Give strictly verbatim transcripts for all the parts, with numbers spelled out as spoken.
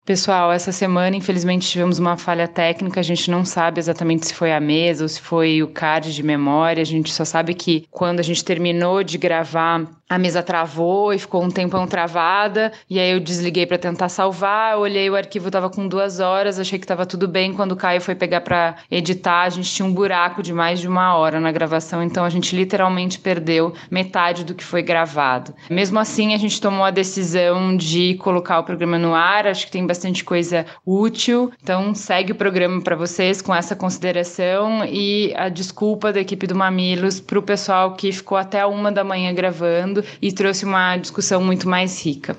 Pessoal, essa semana, infelizmente, tivemos uma falha técnica. A gente não sabe exatamente se foi a mesa ou se foi o card de memória. A gente só sabe que quando a gente terminou de gravar, a mesa travou e ficou um tempão travada. E aí eu desliguei para tentar salvar. Olhei, o arquivo estava com duas horas. Achei que estava tudo bem. Quando o Caio foi pegar para editar, a gente tinha um buraco de mais de uma hora na gravação. Então a gente literalmente perdeu metade do que foi gravado. Mesmo assim, a gente tomou a decisão de colocar o programa no ar. Acho que tem bastante bastante coisa útil, então segue o programa para vocês com essa consideração e a desculpa da equipe do Mamilos para o pessoal que ficou até a uma da manhã gravando e trouxe uma discussão muito mais rica.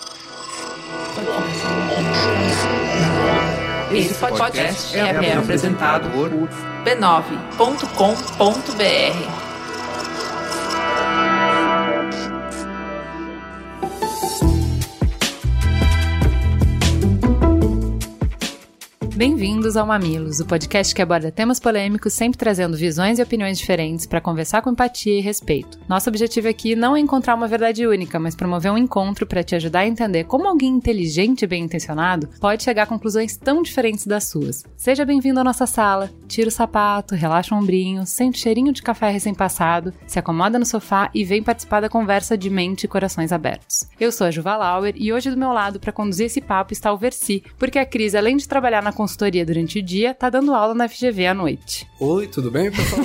Esse podcast é, é apresentado por b nove ponto com ponto b r. Bem-vindos ao Mamilos, o podcast que aborda temas polêmicos, sempre trazendo visões e opiniões diferentes para conversar com empatia e respeito. Nosso objetivo aqui não é encontrar uma verdade única, mas promover um encontro para te ajudar a entender como alguém inteligente e bem-intencionado pode chegar a conclusões tão diferentes das suas. Seja bem-vindo à nossa sala, tira o sapato, relaxa o ombrinho, sente o cheirinho de café recém-passado, se acomoda no sofá e vem participar da conversa de mente e corações abertos. Eu sou a Juva Lauer e hoje do meu lado para conduzir esse papo está o Versi, porque a Cris, além de trabalhar na consultoria durante o dia, tá dando aula na F G V à noite. Oi, tudo bem, pessoal?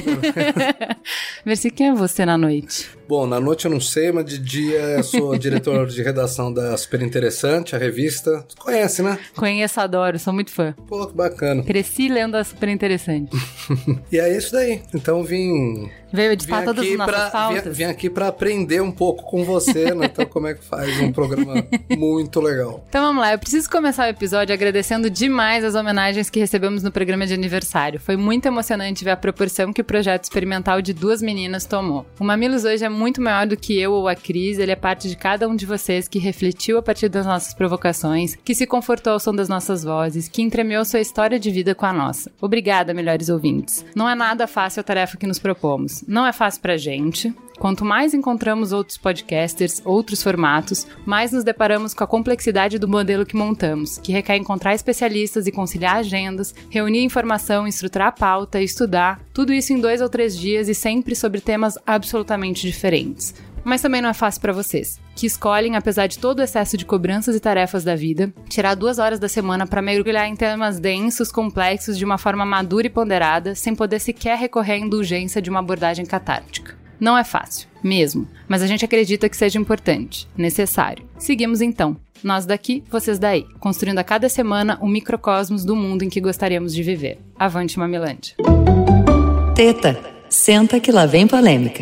Versi, quem é você na noite? Bom, na noite eu não sei, mas de dia eu sou diretor de redação da Super Interessante, a revista. Você conhece, né? Conheço, adoro, sou muito fã. Pô, que bacana. Cresci lendo a Super Interessante. E é isso daí. Então vim... Veio editar todas as nossas pra, pautas? Vim, vim aqui pra aprender um pouco com você, né? Então, como é que faz um programa muito legal. Então vamos lá, eu preciso começar o episódio agradecendo demais as homenagens que recebemos no programa de aniversário. Foi muito emocionante ver a proporção que o projeto experimental de duas meninas tomou. O Mamilos hoje é muito maior do que eu ou a Cris, ele é parte de cada um de vocês que refletiu a partir das nossas provocações, que se confortou ao som das nossas vozes, que entremeou sua história de vida com a nossa. Obrigada, melhores ouvintes. Não é nada fácil a tarefa que nos propomos. Não é fácil pra gente. Quanto mais encontramos outros podcasters, outros formatos, mais nos deparamos com a complexidade do modelo que montamos, que requer encontrar especialistas e conciliar agendas, reunir informação, estruturar a pauta, estudar, tudo isso em dois ou três dias e sempre sobre temas absolutamente diferentes. Mas também não é fácil para vocês, que escolhem, apesar de todo o excesso de cobranças e tarefas da vida, tirar duas horas da semana para mergulhar em temas densos, complexos, de uma forma madura e ponderada, sem poder sequer recorrer à indulgência de uma abordagem catártica. Não é fácil, mesmo, mas a gente acredita que seja importante, necessário. Seguimos então, nós daqui, vocês daí, construindo a cada semana o microcosmos do mundo em que gostaríamos de viver. Avante, Mamilândia. Teta, senta que lá vem polêmica.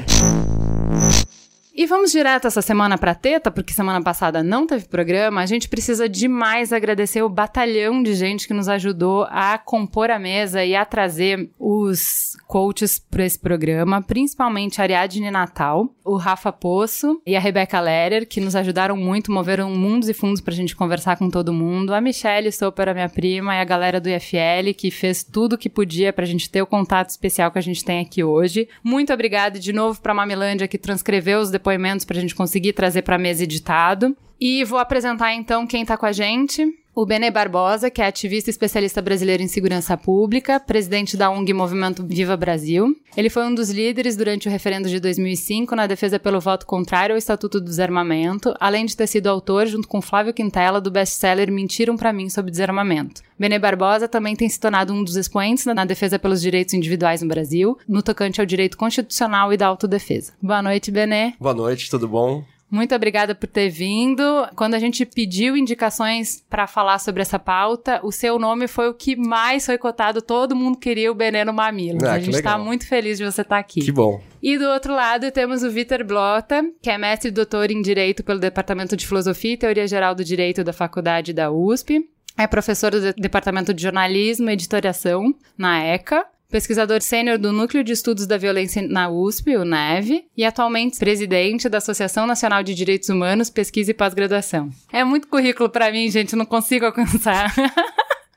E vamos direto essa semana pra teta, porque semana passada não teve programa. A gente precisa demais agradecer o batalhão de gente que nos ajudou a compor a mesa e a trazer os coaches para esse programa, principalmente a Ariadne Natal, o Rafa Poço e a Rebeca Lehrer, que nos ajudaram muito, moveram mundos e fundos pra gente conversar com todo mundo. A Michelle Soper, a minha prima, e a galera do I F L, que fez tudo o que podia pra gente ter o contato especial que a gente tem aqui hoje. Muito obrigada de novo pra Mamilândia, que transcreveu os depoimentos pra gente conseguir trazer pra mesa editado. E vou apresentar então quem tá com a gente. O Benê Barbosa, que é ativista e especialista brasileiro em segurança pública, presidente da O N G Movimento Viva Brasil. Ele foi um dos líderes durante o referendo de dois mil e cinco na defesa pelo voto contrário ao Estatuto do Desarmamento, além de ter sido autor, junto com Flávio Quintela, do best-seller Mentiram Pra Mim sobre Desarmamento. Benê Barbosa também tem se tornado um dos expoentes na defesa pelos direitos individuais no Brasil, no tocante ao direito constitucional e da autodefesa. Boa noite, Benê. Boa noite, tudo bom? Muito obrigada por ter vindo. Quando a gente pediu indicações para falar sobre essa pauta, o seu nome foi o que mais foi cotado. Todo mundo queria o Benê no Mamilos. Ah, a gente está muito feliz de você estar aqui. Que bom. E do outro lado temos o Vitor Blota, que é mestre e doutor em Direito pelo Departamento de Filosofia e Teoria Geral do Direito da Faculdade da U S P. É professor do Departamento de Jornalismo e Editoriação na ECA. Pesquisador sênior do Núcleo de Estudos da Violência na U S P, o NEV, e atualmente presidente da Associação Nacional de Direitos Humanos, Pesquisa e Pós-Graduação. É muito currículo pra mim, gente, eu não consigo alcançar.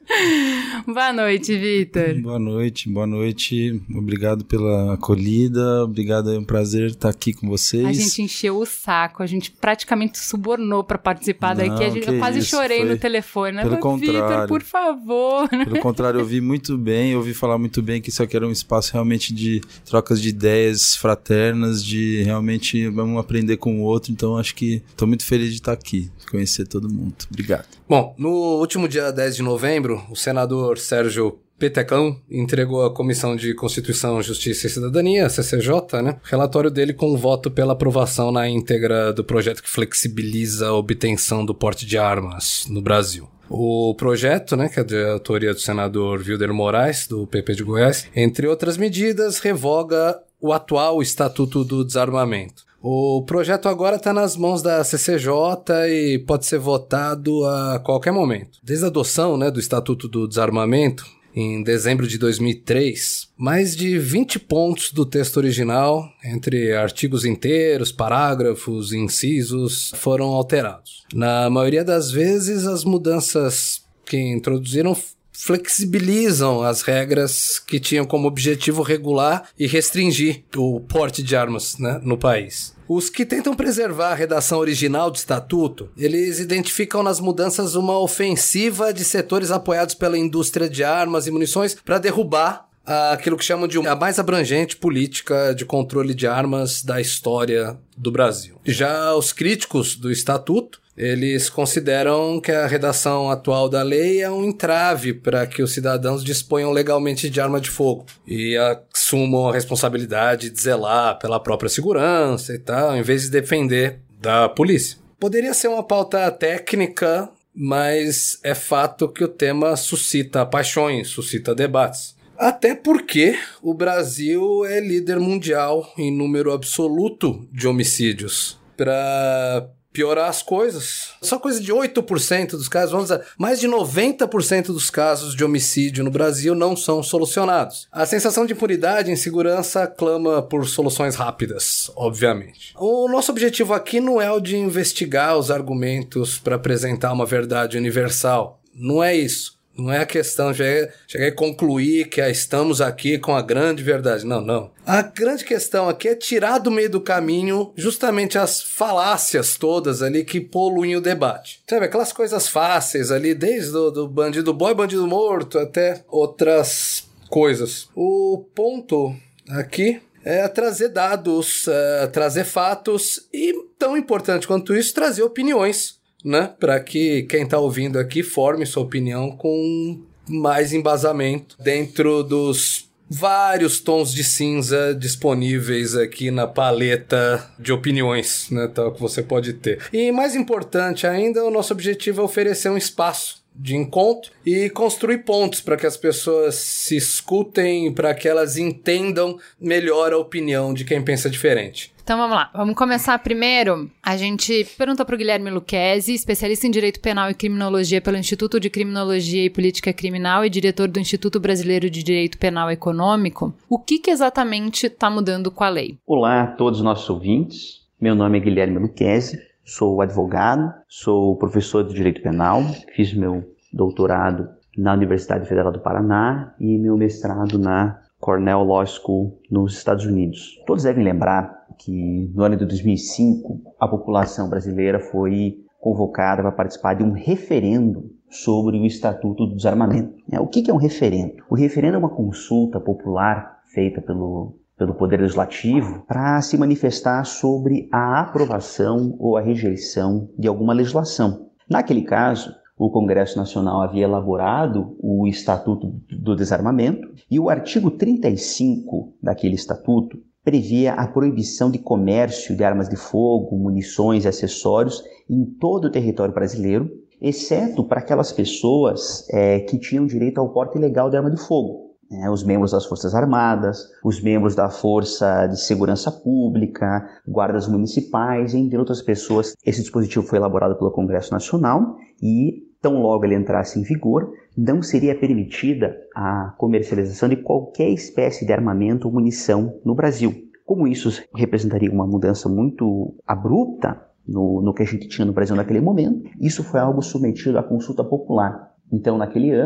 Boa noite, Vitor. Boa noite, boa noite. Obrigado pela acolhida. Obrigado, é um prazer estar aqui com vocês. A gente encheu o saco, a gente praticamente subornou para participar Não, daqui. A gente, eu quase isso, chorei foi... no telefone. Né? Pelo contrário. Vitor, por favor. Pelo contrário, eu ouvi muito bem, eu ouvi falar muito bem que isso aqui era um espaço realmente de trocas de ideias fraternas, de realmente vamos aprender com o outro. Então, acho que estou muito feliz de estar aqui, conhecer todo mundo. Obrigado. Bom, no último dia dez de novembro, o senador Sérgio Petecão entregou à Comissão de Constituição, Justiça e Cidadania, C C J, né, relatório dele com voto pela aprovação na íntegra do projeto que flexibiliza a obtenção do porte de armas no Brasil. O projeto, né, que é de autoria do senador Wilder Moraes, do P P de Goiás, entre outras medidas, revoga o atual Estatuto do Desarmamento. O projeto agora está nas mãos da C C J e pode ser votado a qualquer momento. Desde a adoção, né, do Estatuto do Desarmamento, em dezembro de dois mil e três, mais de vinte pontos do texto original, entre artigos inteiros, parágrafos e incisos, foram alterados. Na maioria das vezes, as mudanças que introduziram flexibilizam as regras que tinham como objetivo regular e restringir o porte de armas, né, no país. Os que tentam preservar a redação original do Estatuto, eles identificam nas mudanças uma ofensiva de setores apoiados pela indústria de armas e munições para derrubar aquilo que chamam de a mais abrangente política de controle de armas da história do Brasil. Já os críticos do Estatuto, eles consideram que a redação atual da lei é um entrave para que os cidadãos disponham legalmente de arma de fogo e assumam a responsabilidade de zelar pela própria segurança e tal, em vez de defender da polícia. Poderia ser uma pauta técnica, mas é fato que o tema suscita paixões, suscita debates. Até porque o Brasil é líder mundial em número absoluto de homicídios. Para piorar as coisas, só coisa de oito por cento dos casos, vamos dizer, mais de noventa por cento dos casos de homicídio no Brasil não são solucionados. A sensação de impunidade e insegurança clama por soluções rápidas, obviamente. O nosso objetivo aqui não é o de investigar os argumentos para apresentar uma verdade universal. Não é isso. Não é a questão de chegar e concluir que ah, estamos aqui com a grande verdade. Não, não. A grande questão aqui é tirar do meio do caminho justamente as falácias todas ali que poluem o debate. Sabe, aquelas coisas fáceis ali, desde o do bandido boy, bandido morto, até outras coisas. O ponto aqui é trazer dados, é, trazer fatos e, tão importante quanto isso, trazer opiniões, né, para que quem está ouvindo aqui forme sua opinião com mais embasamento dentro dos vários tons de cinza disponíveis aqui na paleta de opiniões, né, tal, que você pode ter. E mais importante ainda, o nosso objetivo é oferecer um espaço de encontro e construir pontos para que as pessoas se escutem, para que elas entendam melhor a opinião de quem pensa diferente. Então vamos lá, vamos começar primeiro. A gente perguntou para o Guilherme Lucchesi, especialista em Direito Penal e Criminologia pelo Instituto de Criminologia e Política Criminal e diretor do Instituto Brasileiro de Direito Penal Econômico, o que, que exatamente está mudando com a lei? Olá a todos os nossos ouvintes, meu nome é Guilherme Lucchesi, sou advogado, sou professor de Direito Penal, fiz meu doutorado na Universidade Federal do Paraná e meu mestrado na Cornell Law School nos Estados Unidos. Todos devem lembrar que no ano de dois mil e cinco a população brasileira foi convocada para participar de um referendo sobre o Estatuto do Desarmamento. O que é um referendo? O referendo é uma consulta popular feita pelo, pelo Poder Legislativo para se manifestar sobre a aprovação ou a rejeição de alguma legislação. Naquele caso, o Congresso Nacional havia elaborado o Estatuto do Desarmamento e o artigo trinta e cinco daquele estatuto previa a proibição de comércio de armas de fogo, munições e acessórios em todo o território brasileiro, exceto para aquelas pessoas é, que tinham direito ao porte ilegal de arma de fogo. É, os membros das Forças Armadas, os membros da Força de Segurança Pública, guardas municipais, entre outras pessoas. Esse dispositivo foi elaborado pelo Congresso Nacional e, tão logo ele entrasse em vigor, não seria permitida a comercialização de qualquer espécie de armamento ou munição no Brasil. Como isso representaria uma mudança muito abrupta no, no que a gente tinha no Brasil naquele momento, isso foi algo submetido à consulta popular. Então, naquele ano,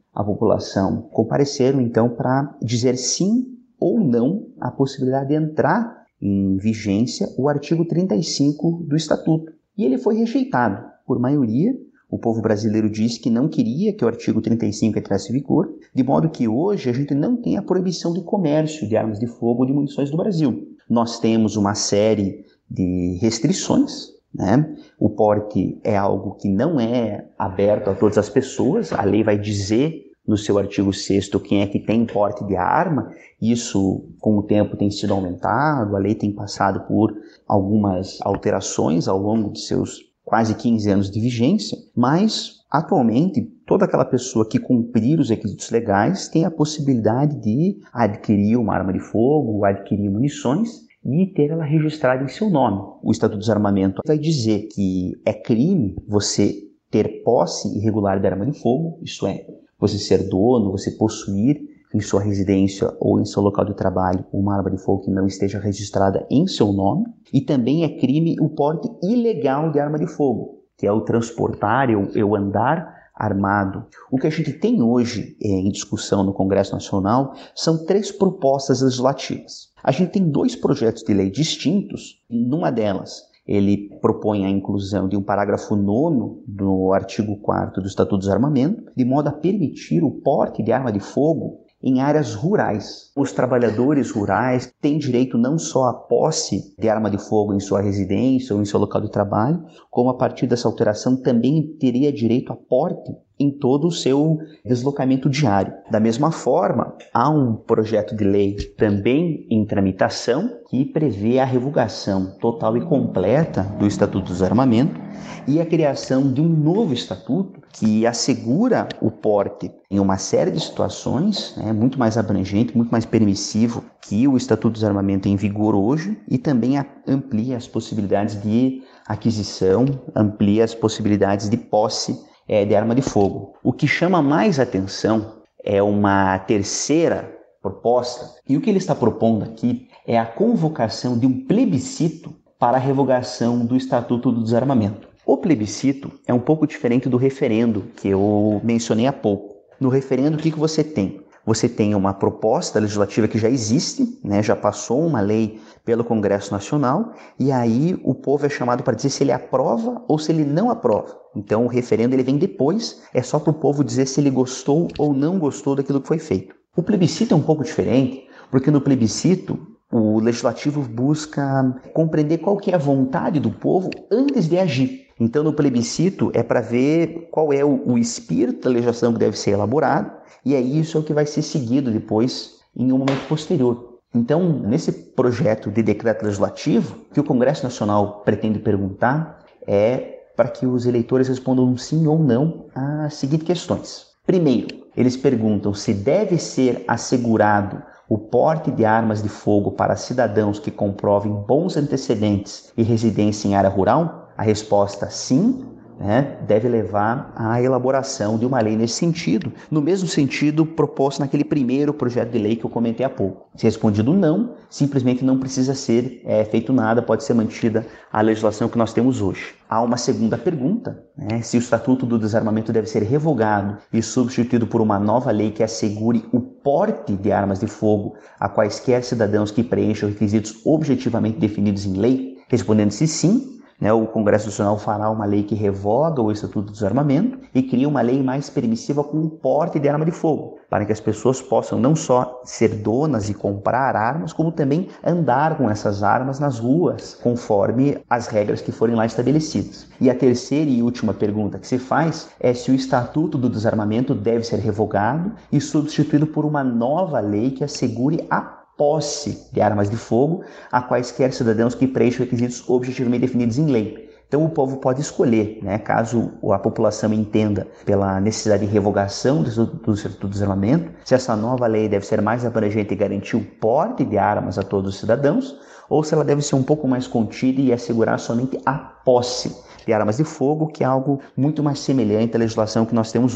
a população compareceram então para dizer sim ou não à possibilidade de entrar em vigência o artigo trinta e cinco do Estatuto. E ele foi rejeitado por maioria. O povo brasileiro disse que não queria que o artigo trinta e cinco entrasse em vigor, de modo que hoje a gente não tem a proibição de comércio de armas de fogo ou de munições no Brasil. Nós temos uma série de restrições, né? O porte é algo que não é aberto a todas as pessoas, a lei vai dizer no seu artigo sexto quem é que tem porte de arma. Isso com o tempo tem sido aumentado, a lei tem passado por algumas alterações ao longo de seus quase quinze anos de vigência, mas atualmente toda aquela pessoa que cumprir os requisitos legais tem a possibilidade de adquirir uma arma de fogo, adquirir munições e ter ela registrada em seu nome. O Estatuto do Desarmamento vai dizer que é crime você ter posse irregular de arma de fogo, isto é, você ser dono, você possuir em sua residência ou em seu local de trabalho uma arma de fogo que não esteja registrada em seu nome. E também é crime o porte ilegal de arma de fogo, que é o transportar, eu, eu andar armado. O que a gente tem hoje é, em discussão no Congresso Nacional são três propostas legislativas. A gente tem dois projetos de lei distintos. Numa delas, ele propõe a inclusão de um parágrafo nono no artigo quarto do Estatuto do Desarmamento, de modo a permitir o porte de arma de fogo em áreas rurais. Os trabalhadores rurais têm direito não só à posse de arma de fogo em sua residência ou em seu local de trabalho, como a partir dessa alteração também teria direito a porte em todo o seu deslocamento diário. Da mesma forma, há um projeto de lei também em tramitação que prevê a revogação total e completa do Estatuto do Desarmamento e a criação de um novo estatuto que assegura o porte em uma série de situações, né, muito mais abrangente, muito mais permissivo que o Estatuto do Desarmamento em vigor hoje, e também amplia as possibilidades de aquisição, amplia as possibilidades de posse é, de arma de fogo. O que chama mais atenção é uma terceira proposta, e o que ele está propondo aqui é a convocação de um plebiscito para a revogação do Estatuto do Desarmamento. O plebiscito é um pouco diferente do referendo que eu mencionei há pouco. No referendo, o que, que você tem? Você tem uma proposta legislativa que já existe, né? Já passou uma lei pelo Congresso Nacional, e aí o povo é chamado para dizer se ele aprova ou se ele não aprova. Então o referendo ele vem depois, é só para o povo dizer se ele gostou ou não gostou daquilo que foi feito. O plebiscito é um pouco diferente, porque no plebiscito o legislativo busca compreender qual que é a vontade do povo antes de agir. Então, no plebiscito é para ver qual é o, o espírito da legislação que deve ser elaborado, e é isso que vai ser seguido depois em um momento posterior. Então, nesse projeto de decreto legislativo, o que o Congresso Nacional pretende perguntar é para que os eleitores respondam sim ou não às seguintes questões. Primeiro, eles perguntam se deve ser assegurado o porte de armas de fogo para cidadãos que comprovem bons antecedentes e residência em área rural. A resposta sim, né, deve levar à elaboração de uma lei nesse sentido, no mesmo sentido proposto naquele primeiro projeto de lei que eu comentei há pouco. Se respondido não, simplesmente não precisa ser é, feito nada, pode ser mantida a legislação que nós temos hoje. Há uma segunda pergunta, né, se o Estatuto do Desarmamento deve ser revogado e substituído por uma nova lei que assegure o porte de armas de fogo a quaisquer cidadãos que preencham requisitos objetivamente definidos em lei. Respondendo-se sim, né, o Congresso Nacional fará uma lei que revoga o Estatuto do Desarmamento e cria uma lei mais permissiva com o porte de arma de fogo, para que as pessoas possam não só ser donas e comprar armas, como também andar com essas armas nas ruas, conforme as regras que forem lá estabelecidas. E a terceira e última pergunta que se faz é se o Estatuto do Desarmamento deve ser revogado e substituído por uma nova lei que assegure a posse de armas de fogo a quaisquer cidadãos que preencham requisitos objetivamente definidos em lei. Então o povo pode escolher, né, caso a população entenda pela necessidade de revogação do Estatuto do Desarmamento, se essa nova lei deve ser mais abrangente e garantir o porte de armas a todos os cidadãos, ou se ela deve ser um pouco mais contida e assegurar somente a posse de armas de fogo, que é algo muito mais semelhante à legislação que nós temos hoje.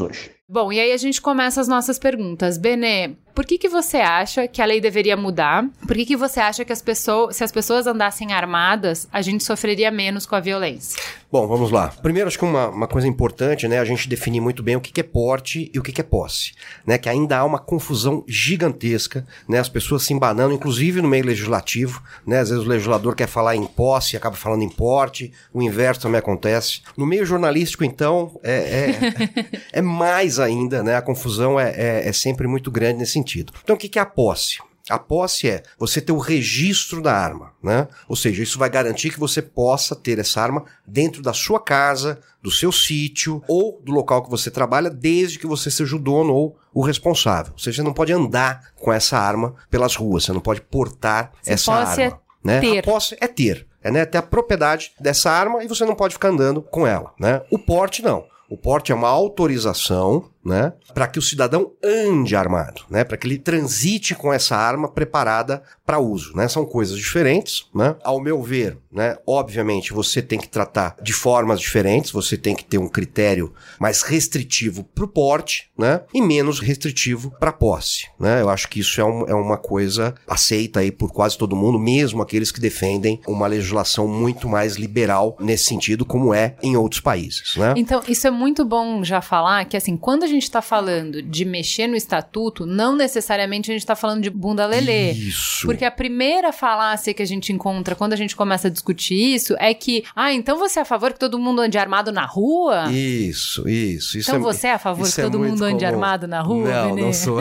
Bom, e aí a gente começa as nossas perguntas. Benê, por que que você acha que a lei deveria mudar? Por que que você acha que as pessoas, se as pessoas andassem armadas, a gente sofreria menos com a violência? Bom, vamos lá. Primeiro, acho que uma, uma coisa importante, né, a gente definir muito bem o que que é porte e o que que é posse, né, que ainda há uma confusão gigantesca, né, as pessoas se embanando, inclusive no meio legislativo, né, às vezes o legislador quer falar em posse e acaba falando em porte, o inverso também acontece. No meio jornalístico, então, é, é, é mais ainda, né, a confusão é, é, é sempre muito grande nesse sentido. Então, o que que é a posse? A posse é você ter o registro da arma, né? Ou seja, isso vai garantir que você possa ter essa arma dentro da sua casa, do seu sítio ou do local que você trabalha, desde que você seja o dono ou o responsável. Ou seja, você não pode andar com essa arma pelas ruas, você não pode portar Se essa posse arma. É né? ter. A posse é ter, é, né? ter a propriedade dessa arma e você não pode ficar andando com ela, né? O porte não. O porte é uma autorização, né, para que o cidadão ande armado, né, para que ele transite com essa arma preparada para uso, né? São coisas diferentes, né? Ao meu ver, né, obviamente você tem que tratar de formas diferentes, você tem que ter um critério mais restritivo para o porte, né, e menos restritivo para a posse, né? Eu acho que isso é, um, é uma coisa aceita aí por quase todo mundo, mesmo aqueles que defendem uma legislação muito mais liberal nesse sentido, como é em outros países, né? Então, isso é muito bom já falar que, assim, quando a gente está falando de mexer no estatuto, não necessariamente a gente está falando de bunda lelê. Isso. Porque a primeira falácia que a gente encontra quando a gente começa a discutir isso é que, ah, então você é a favor que todo mundo ande armado na rua? Isso, isso. isso então é, você é a favor que todo é mundo ande comum. armado na rua, Não, Benê? não sou.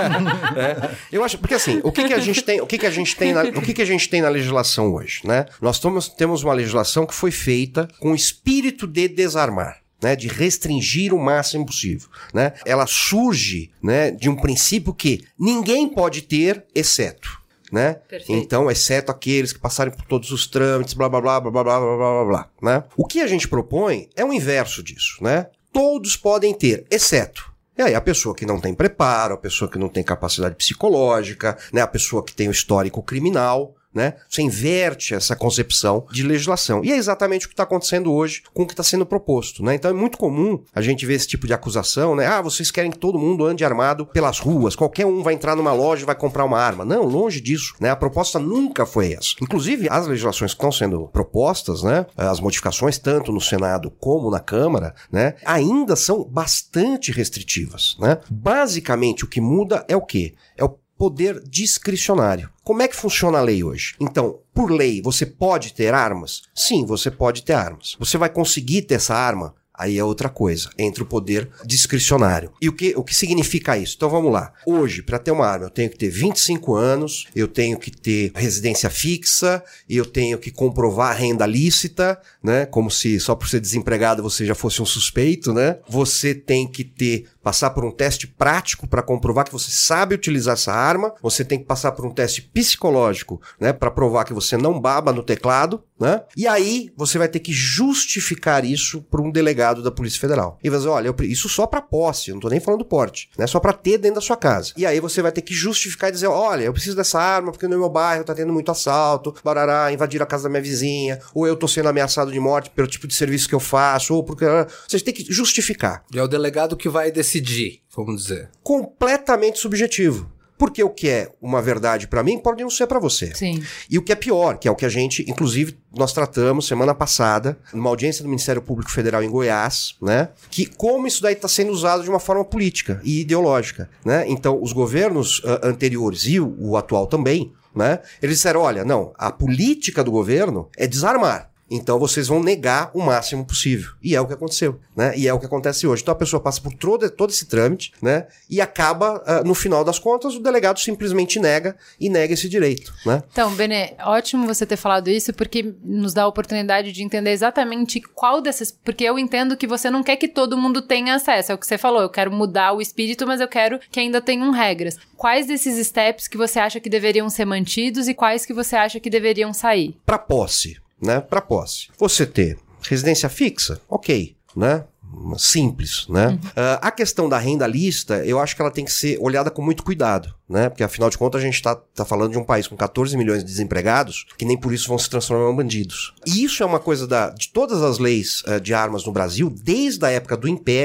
é. Eu acho, porque assim, o que que a gente tem, o que que a gente tem na, o que que a gente tem na legislação hoje, né? Nós temos, temos uma legislação que foi feita com o espírito de desarmar. Né, de restringir o máximo possível, né? Ela surge, né, de um princípio que ninguém pode ter, exceto, né? Perfeito. Então, exceto aqueles que passarem por todos os trâmites, blá blá blá blá blá blá blá blá blá, né? O que a gente propõe é o inverso disso, né? Todos podem ter, exceto. E aí a pessoa que não tem preparo, a pessoa que não tem capacidade psicológica, né, a pessoa que tem o histórico criminal, né? Você inverte essa concepção de legislação. E é exatamente o que está acontecendo hoje com o que está sendo proposto, né? Então é muito comum a gente ver esse tipo de acusação, né? Ah, vocês querem que todo mundo ande armado pelas ruas, qualquer um vai entrar numa loja e vai comprar uma arma. Não, longe disso, né? A proposta nunca foi essa. Inclusive, as legislações que estão sendo propostas, né? As modificações, tanto no Senado como na Câmara, né? Ainda são bastante restritivas, né? Basicamente, o que muda é o quê? É o poder discricionário. Como é que funciona a lei hoje? Então, por lei, você pode ter armas? Sim, você pode ter armas. Você vai conseguir ter essa arma? Aí é outra coisa, entre o poder discricionário. E o que, o que significa isso? Então vamos lá. Hoje, para ter uma arma, eu tenho que ter vinte e cinco anos, eu tenho que ter residência fixa, eu tenho que comprovar a renda lícita, né? Como se só por ser desempregado você já fosse um suspeito, né? Você tem que ter, passar por um teste prático para comprovar que você sabe utilizar essa arma, você tem que passar por um teste psicológico, né? Para provar que você não baba no teclado, né? E aí você vai ter que justificar isso por um delegado da Polícia Federal. E vai dizer, olha, eu, isso só pra posse, eu não tô nem falando do porte, né? Só pra ter dentro da sua casa. E aí você vai ter que justificar e dizer, olha, eu preciso dessa arma porque no meu bairro tá tendo muito assalto, barará, invadir a casa da minha vizinha, ou eu tô sendo ameaçado de morte pelo tipo de serviço que eu faço, ou porque... Você tem que justificar. E é o delegado que vai decidir, vamos dizer. Completamente subjetivo. Porque o que é uma verdade pra mim pode não ser pra você. Sim. E o que é pior, que é o que a gente, inclusive, nós tratamos semana passada, numa audiência do Ministério Público Federal em Goiás, né? Que como isso daí está sendo usado de uma forma política e ideológica, né? Então, os governos uh, anteriores e o, o atual também, né? Eles disseram, olha, não, a política do governo é desarmar. Então vocês vão negar o máximo possível. E é o que aconteceu, né? E é o que acontece hoje. Então a pessoa passa por todo, todo esse trâmite, né? E acaba, uh, no final das contas, o delegado simplesmente nega e nega esse direito, né? Então, Benê, ótimo você ter falado isso, porque nos dá a oportunidade de entender exatamente qual dessas... Porque eu entendo que você não quer que todo mundo tenha acesso. É o que você falou, eu quero mudar o espírito, mas eu quero que ainda tenham regras. Quais desses steps que você acha que deveriam ser mantidos e quais que você acha que deveriam sair? Para posse. Né, para posse. Você ter residência fixa, ok, né? Simples, né? Uhum. Uh, a questão da renda lícita, eu acho que ela tem que ser olhada com muito cuidado, né? Porque afinal de contas a gente tá, tá falando de um país com catorze milhões de desempregados que nem por isso vão se transformar em bandidos. E isso é uma coisa da, de todas as leis uh, de armas no Brasil, desde a época do Império,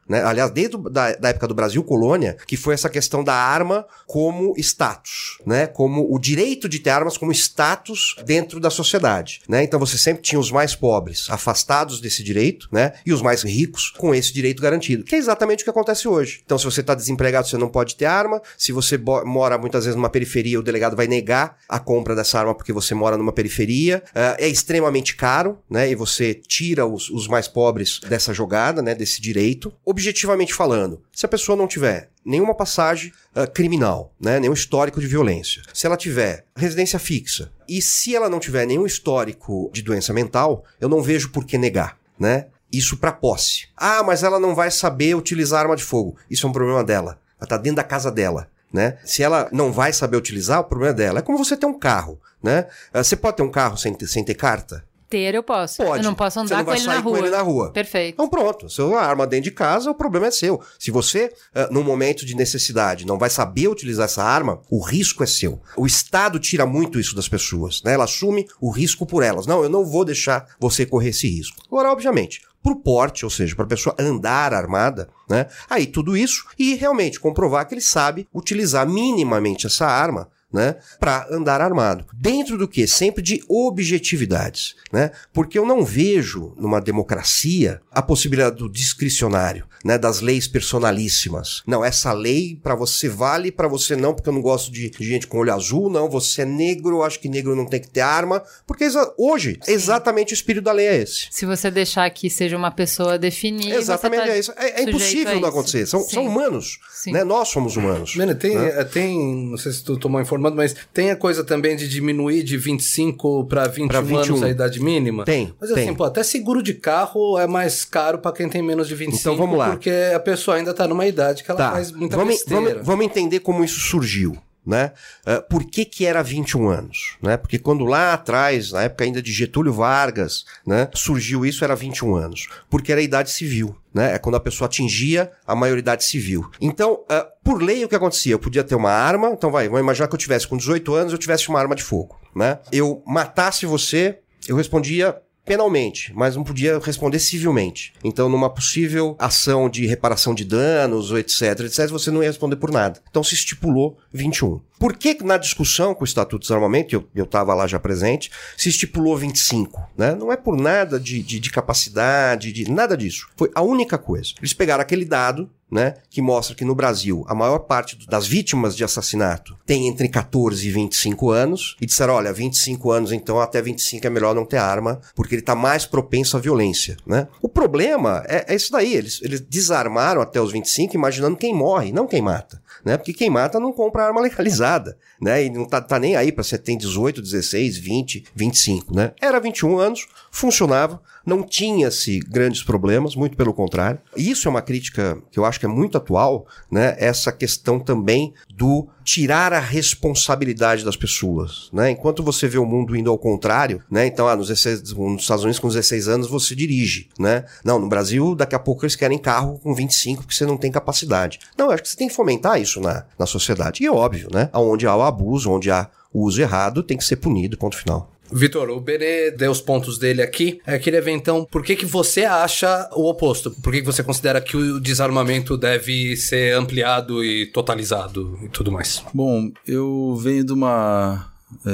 né? Aliás, desde a da, da época do Brasil colônia, que foi essa questão da arma como status, né? Como o direito de ter armas como status dentro da sociedade, né? Então você sempre tinha os mais pobres afastados desse direito, né? E os mais ricos com esse direito garantido, que é exatamente o que acontece hoje. Então se você está desempregado, você não pode ter arma. Se você mora muitas vezes numa periferia, o delegado vai negar a compra dessa arma porque você mora numa periferia. Uh, é extremamente caro, né? E você tira os, os mais pobres dessa jogada, né? Desse direito. Objetivamente falando, se a pessoa não tiver nenhuma passagem uh, criminal, né? Nenhum histórico de violência, se ela tiver residência fixa e se ela não tiver nenhum histórico de doença mental, eu não vejo por que negar, né? Isso pra posse. Ah, mas ela não vai saber utilizar arma de fogo. Isso é um problema dela. Ela tá dentro da casa dela, né? Se ela não vai saber utilizar, o problema é dela. É como você ter um carro, né? Uh, você pode ter um carro sem ter, sem ter carta? Ter eu posso. Pode. Eu não posso andar não com, ele na, com ele na rua. Perfeito. Então pronto, se a arma dentro de casa, o problema é seu. Se você, uh, num momento de necessidade, não vai saber utilizar essa arma, o risco é seu. O Estado tira muito isso das pessoas, né? Ela assume o risco por elas. Não, eu não vou deixar você correr esse risco. Agora, obviamente, pro porte, ou seja, para a pessoa andar armada, né? Aí tudo isso e realmente comprovar que ele sabe utilizar minimamente essa arma, né, para andar armado. Dentro do que? Sempre de objetividades, né? Porque eu não vejo numa democracia a possibilidade do discricionário, né, das leis personalíssimas. Não, essa lei para você vale, para você não, porque eu não gosto de, de gente com olho azul, não, você é negro, eu acho que negro não tem que ter arma, porque exa- hoje, Sim. exatamente o espírito da lei é esse. Se você deixar que seja uma pessoa definida, exatamente você tá é isso. É, é impossível não acontecer. São, são humanos, Sim. né? Nós somos humanos. Mano, tem, né? tem, não sei se tu tomou informado, mas tem a coisa também de diminuir de vinte e cinco para vinte e um anos a idade mínima? Tem, Mas tem. assim, pô, até seguro de carro é mais caro para quem tem menos de vinte e cinco. Então vamos lá. Porque a pessoa ainda tá numa idade que ela tá. faz muita vamos, besteira. Vamos, vamos entender como isso surgiu, né? Uh, por que que era vinte e um anos, né? Porque quando lá atrás, na época ainda de Getúlio Vargas, né, surgiu isso, era vinte e um anos. Porque era a idade civil, né? É quando a pessoa atingia a maioridade civil. Então, uh, por lei, o que acontecia? Eu podia ter uma arma, então vai, vamos imaginar que eu tivesse com dezoito anos, eu tivesse uma arma de fogo, né? Eu matasse você, eu respondia penalmente, mas não podia responder civilmente. Então, numa possível ação de reparação de danos, ou etc, etc, você não ia responder por nada. Então, se estipulou vinte e um. Por que na discussão com o Estatuto de Desarmamento, eu estava lá já presente, se estipulou vinte e cinco? Né? Não é por nada de, de, de capacidade, de nada disso. Foi a única coisa. Eles pegaram aquele dado, né, que mostra que no Brasil a maior parte das vítimas de assassinato tem entre catorze e vinte e cinco anos e disseram, olha, vinte e cinco anos, então até vinte e cinco é melhor não ter arma, porque ele está mais propenso à violência, né? O problema é, é isso daí, eles, eles desarmaram até os vinte e cinco imaginando quem morre, não quem mata, né? Porque quem mata não compra arma legalizada, né? E não tá, tá nem aí para você ter dezoito, dezesseis, vinte, vinte e cinco, né? Era vinte e um anos, funcionava, não tinha-se grandes problemas, muito pelo contrário. E isso é uma crítica que eu acho que é muito atual, né? Essa questão também do tirar a responsabilidade das pessoas, né? Enquanto você vê o mundo indo ao contrário, né? Então, ah, nos, dezesseis, nos Estados Unidos com dezesseis anos você dirige, né? Não, no Brasil daqui a pouco eles querem carro com vinte e cinco porque você não tem capacidade. Não, eu acho que você tem que fomentar isso na, na sociedade. E é óbvio, né? Onde há o abuso, onde há o uso errado, tem que ser punido, ponto final. Vitor, o Berê deu os pontos dele aqui. Eu queria ver então, por que que você acha o oposto? Por que que você considera que o desarmamento deve ser ampliado e totalizado e tudo mais? Bom, eu venho de uma...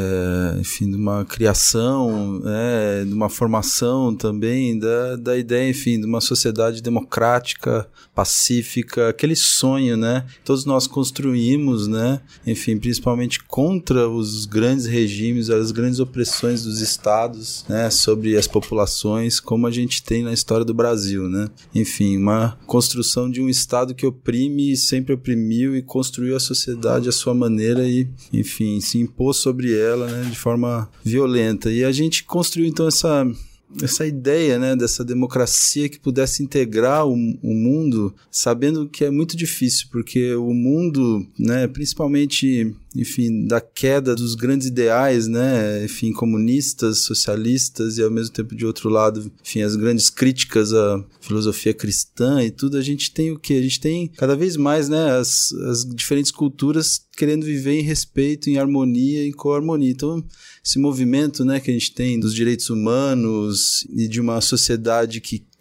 É, enfim, de uma criação, é, de uma formação também da, da ideia, enfim, de uma sociedade democrática, pacífica, aquele sonho, né? Todos nós construímos, né? Enfim, principalmente contra os grandes regimes, as grandes opressões dos estados, né? Sobre as populações, como a gente tem na história do Brasil, né? Enfim, uma construção de um estado que oprime e sempre oprimiu e construiu a sociedade à sua maneira e, enfim, se impôs sobre ela, né, de forma violenta. E a gente construiu então essa, essa ideia, né, dessa democracia que pudesse integrar o, o mundo, sabendo que é muito difícil, porque o mundo, né, principalmente, enfim, da queda dos grandes ideais, né, enfim, comunistas, socialistas e ao mesmo tempo de outro lado, enfim, as grandes críticas à filosofia cristã e tudo, a gente tem o quê? A gente tem cada vez mais, né, as, as diferentes culturas querendo viver em respeito, em harmonia, em coharmonia. Então, esse movimento, né, que a gente tem dos direitos humanos e de uma sociedade que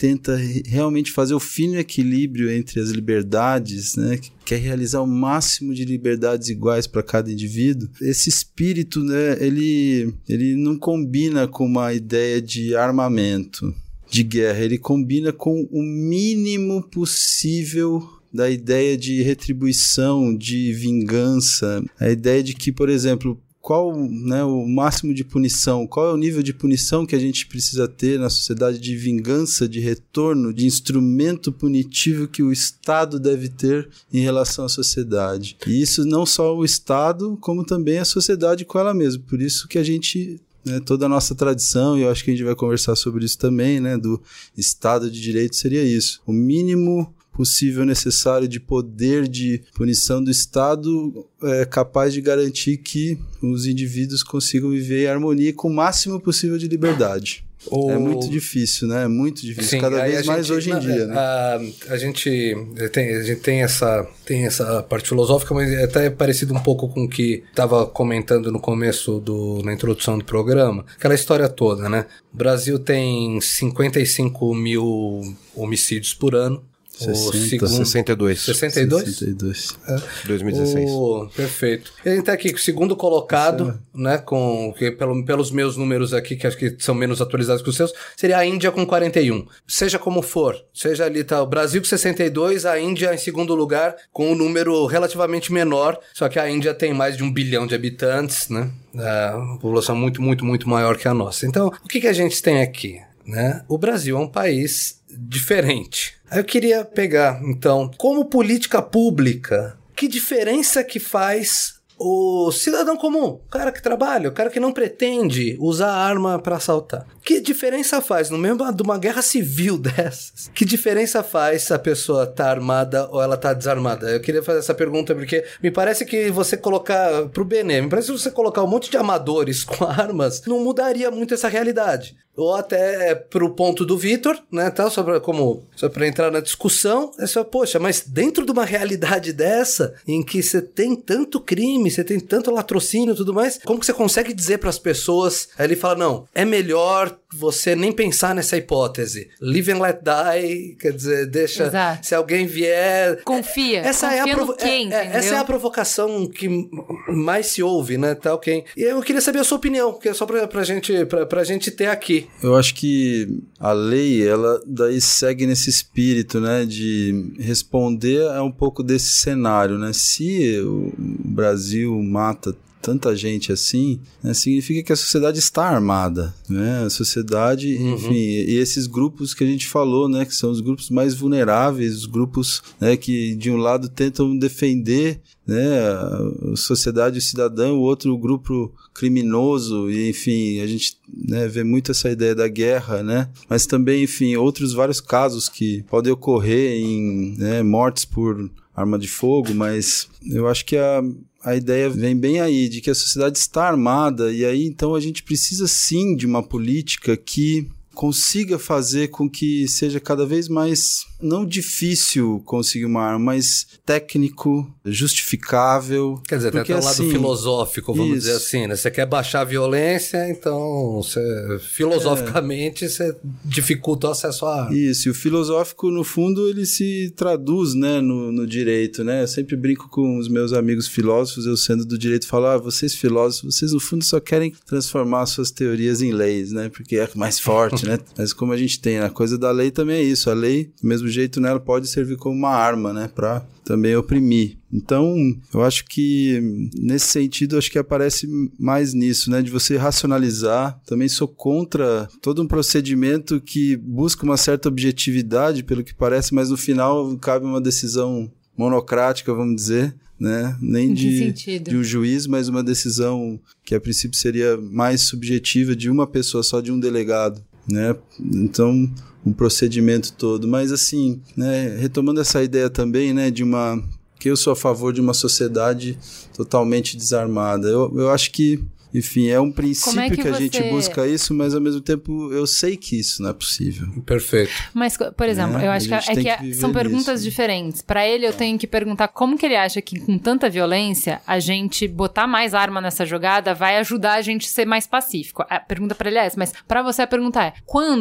tenta realmente fazer o fino equilíbrio entre as liberdades, né, que quer realizar o máximo de liberdades iguais para cada indivíduo, esse espírito, né, ele, ele não combina com uma ideia de armamento, de guerra, ele combina com o mínimo possível da ideia de retribuição, de vingança, a ideia de que, por exemplo, qual, né, o máximo de punição, qual é o nível de punição que a gente precisa ter na sociedade, de vingança, de retorno, de instrumento punitivo que o Estado deve ter em relação à sociedade. E isso não só o Estado, como também a sociedade com ela mesma. Por isso que a gente, né, toda a nossa tradição, e eu acho que a gente vai conversar sobre isso também, né, do Estado de Direito, seria isso. O mínimo possível necessário de poder de punição do Estado é capaz de garantir que os indivíduos consigam viver em harmonia com o máximo possível de liberdade. O... É muito difícil, né? É muito difícil. Sim, cada vez mais gente, hoje em dia, né? A, a, gente tem, a gente tem essa, tem essa parte filosófica, mas é até parecido um pouco com o que estava comentando no começo, do, na introdução do programa. Aquela história toda, né? O Brasil tem cinquenta e cinco mil homicídios por ano. sessenta, sessenta e dois. sessenta e dois? sessenta e dois. É. dois mil e dezesseis. Oh, perfeito. E a gente tá aqui com o segundo colocado, é. né, com, que pelo, pelos meus números aqui, que acho que são menos atualizados que os seus, seria a Índia com quarenta e um. Seja como for, seja ali, tá, o Brasil com sessenta e dois, a Índia em segundo lugar, com um número relativamente menor, só que a Índia tem mais de um bilhão de habitantes, né, é, uma população muito, muito, muito maior que a nossa. Então, o que que a gente tem aqui, né? O Brasil é um país diferente. Aí eu queria pegar, então, como política pública, que diferença que faz o cidadão comum, o cara que trabalha, o cara que não pretende usar arma para assaltar? Que diferença faz no meio de uma guerra civil dessas? Que diferença faz se a pessoa tá armada ou ela tá desarmada? Eu queria fazer essa pergunta porque me parece que você colocar, pro Benê, me parece que você colocar um monte de amadores com armas não mudaria muito essa realidade. Ou até pro ponto do Vitor, né, tal, só pra, como, só pra entrar na discussão, é só, poxa, mas dentro de uma realidade dessa, em que você tem tanto crime, você tem tanto latrocínio e tudo mais, como que você consegue dizer pras pessoas, aí ele fala, não, é melhor você nem pensar nessa hipótese, live and let die, quer dizer, deixa, Exato. Se alguém vier... Confia, essa confia é a provo- no quem, é, é, Essa é a provocação que mais se ouve, né, tal, quem... E eu queria saber a sua opinião, que é só pra, pra, gente, pra, pra gente ter aqui. Eu acho que a lei, ela daí segue nesse espírito, né, de responder a um pouco desse cenário, né? Se o Brasil mata tanta gente assim, né, significa que a sociedade está armada, né? A sociedade, uhum. enfim, e esses grupos que a gente falou, né, que são os grupos mais vulneráveis, os grupos, né, que de um lado tentam defender, né, a sociedade, o cidadão, o outro o grupo criminoso, e enfim, a gente, né, vê muito essa ideia da guerra, né, mas também, enfim, outros vários casos que podem ocorrer em, né, mortes por arma de fogo, mas eu acho que a A ideia vem bem aí, de que a sociedade está armada, e aí então a gente precisa sim de uma política que consiga fazer com que seja cada vez mais, não difícil conseguir uma arma, mas técnico, justificável. Quer dizer, porque, tem até um lado assim, filosófico, vamos isso. dizer assim, né? Você quer baixar a violência, então você, filosoficamente é. você dificulta o acesso à arma. Isso, e o filosófico, no fundo, ele se traduz, né, no, no direito, né? Eu sempre brinco com os meus amigos filósofos, eu sendo do direito, falo, ah, vocês filósofos, vocês no fundo só querem transformar suas teorias em leis, né? Porque é mais forte, né? Mas como a gente tem, a coisa da lei também é isso, a lei, do mesmo jeito, né, ela pode servir como uma arma, né, para também oprimir. Então, eu acho que nesse sentido, acho que aparece mais nisso, né, de você racionalizar. Também sou contra todo um procedimento que busca uma certa objetividade, pelo que parece, mas no final cabe uma decisão monocrática, vamos dizer, né, nem de, de um juiz, mas uma decisão que a princípio seria mais subjetiva de uma pessoa só, de um delegado, né, então o procedimento todo, mas assim, né, retomando essa ideia também, né, de uma, que eu sou a favor de uma sociedade totalmente desarmada, eu, eu acho que, enfim, é um princípio é que, que a você... gente busca isso, mas ao mesmo tempo eu sei que isso não é possível. Perfeito. Mas, por exemplo, é, eu acho que, é que, que são perguntas nisso. diferentes. Para ele, eu tenho que perguntar como que ele acha que com tanta violência, a gente botar mais arma nessa jogada vai ajudar a gente a ser mais pacífico. A pergunta para ele é essa, mas para você a pergunta é, quando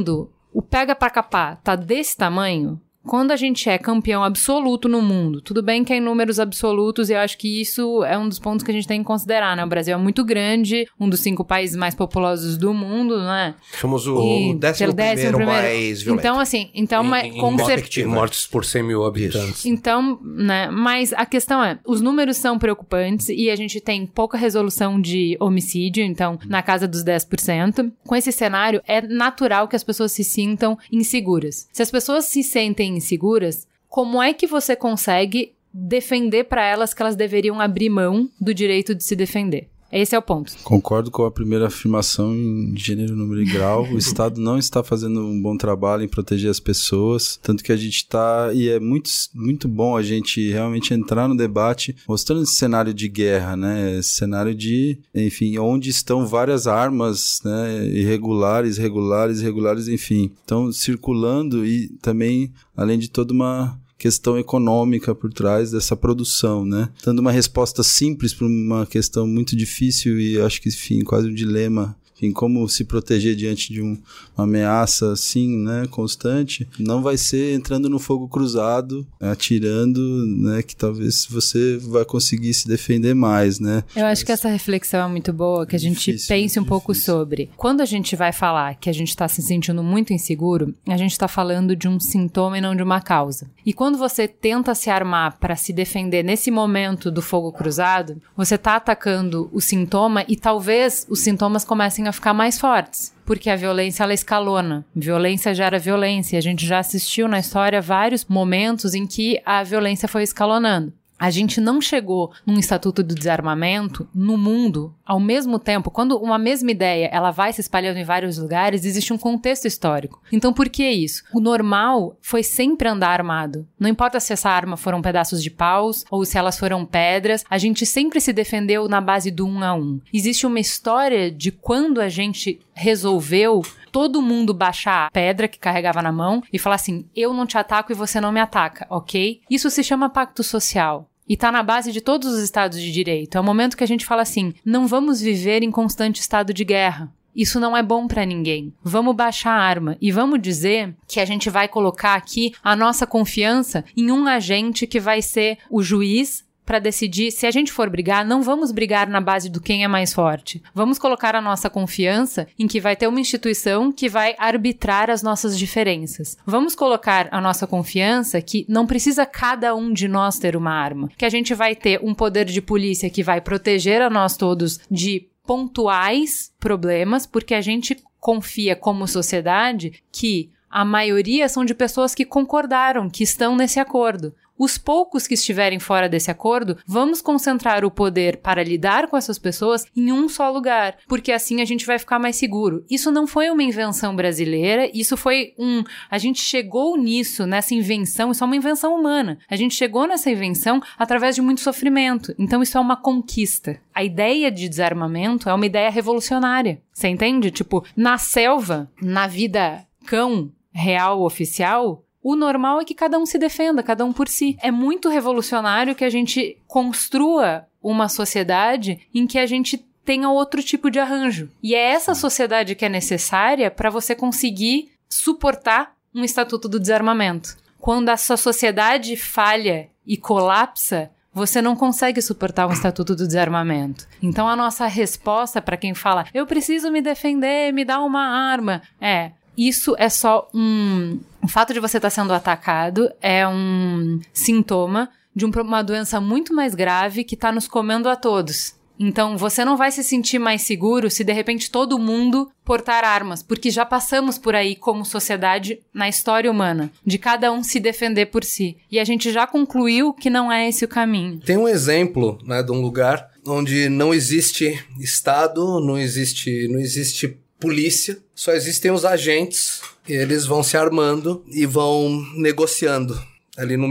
o pega pra capar tá desse tamanho, quando a gente é campeão absoluto no mundo, tudo bem que é em números absolutos e eu acho que isso é um dos pontos que a gente tem que considerar, né? O Brasil é muito grande, um dos cinco países mais populosos do mundo, né? Somos o décimo primeiro mais violento. Então, assim, então, mas, em, com em certeza. mortes por cem mil habitantes. Então, né? Mas a questão é, os números são preocupantes e a gente tem pouca resolução de homicídio, então, na casa dos dez por cento. Com esse cenário, é natural que as pessoas se sintam inseguras. Se as pessoas se sentem inseguras, como é que você consegue defender para elas que elas deveriam abrir mão do direito de se defender? Esse é o ponto. Concordo com a primeira afirmação em gênero, número e grau. O Estado não está fazendo um bom trabalho em proteger as pessoas, tanto que a gente está, e é muito, muito bom a gente realmente entrar no debate, mostrando esse cenário de guerra, né? Esse cenário de, enfim, onde estão várias armas, né? Irregulares, regulares, irregulares, enfim. Então, circulando e também, além de toda uma questão econômica por trás dessa produção, né? Dando uma resposta simples para uma questão muito difícil e acho que, enfim, quase um dilema. Enfim, como se proteger diante de um, uma ameaça assim, né, constante, não vai ser entrando no fogo cruzado, atirando, né, que talvez você vai conseguir se defender mais, né? Eu acho que essa reflexão é muito boa, que a gente difícil, pense um pouco sobre. Quando a gente vai falar que a gente está se sentindo muito inseguro, a gente está falando de um sintoma e não de uma causa. E quando você tenta se armar para se defender nesse momento do fogo cruzado, você está atacando o sintoma e talvez os sintomas comecem a ficar mais fortes, porque a violência ela escalona, violência gera violência, a gente já assistiu na história vários momentos em que a violência foi escalonando. A gente não chegou num estatuto do desarmamento no mundo ao mesmo tempo. Quando uma mesma ideia ela vai se espalhando em vários lugares, existe um contexto histórico. Então, por que isso? O normal foi sempre andar armado. Não importa se essa arma foram pedaços de paus ou se elas foram pedras, a gente sempre se defendeu na base do um a um. Existe uma história de quando a gente resolveu todo mundo baixar a pedra que carregava na mão e falar assim, eu não te ataco e você não me ataca, ok? Isso se chama pacto social. E tá na base de todos os estados de direito. É o momento que a gente fala assim, não vamos viver em constante estado de guerra. Isso não é bom pra ninguém. Vamos baixar a arma e vamos dizer que a gente vai colocar aqui a nossa confiança em um agente que vai ser o juiz para decidir, se a gente for brigar, não vamos brigar na base do quem é mais forte. Vamos colocar a nossa confiança em que vai ter uma instituição que vai arbitrar as nossas diferenças. Vamos colocar a nossa confiança que não precisa cada um de nós ter uma arma. Que a gente vai ter um poder de polícia que vai proteger a nós todos de pontuais problemas, porque a gente confia como sociedade que a maioria são de pessoas que concordaram, que estão nesse acordo. Os poucos que estiverem fora desse acordo, vamos concentrar o poder para lidar com essas pessoas em um só lugar, porque assim a gente vai ficar mais seguro. Isso não foi uma invenção brasileira, isso foi um... A gente chegou nisso, nessa invenção, isso é uma invenção humana. A gente chegou nessa invenção através de muito sofrimento, então isso é uma conquista. A ideia de desarmamento é uma ideia revolucionária, você entende? Tipo, na selva, na vida cão real oficial... O normal é que cada um se defenda, cada um por si. É muito revolucionário que a gente construa uma sociedade em que a gente tenha outro tipo de arranjo. E é essa sociedade que é necessária para você conseguir suportar um estatuto do desarmamento. Quando a sua sociedade falha e colapsa, você não consegue suportar um estatuto do desarmamento. Então a nossa resposta para quem fala, eu preciso me defender, me dá uma arma, é... Isso é só um... O fato de você estar sendo atacado é um sintoma de um, uma doença muito mais grave que está nos comendo a todos. Então, você não vai se sentir mais seguro se, de repente, todo mundo portar armas, porque já passamos por aí como sociedade na história humana, de cada um se defender por si. E a gente já concluiu que não é esse o caminho. Tem um exemplo, né, de um lugar onde não existe Estado, não existe, não existe polícia, só existem os agentes, eles vão se armando e vão negociando ali no meio.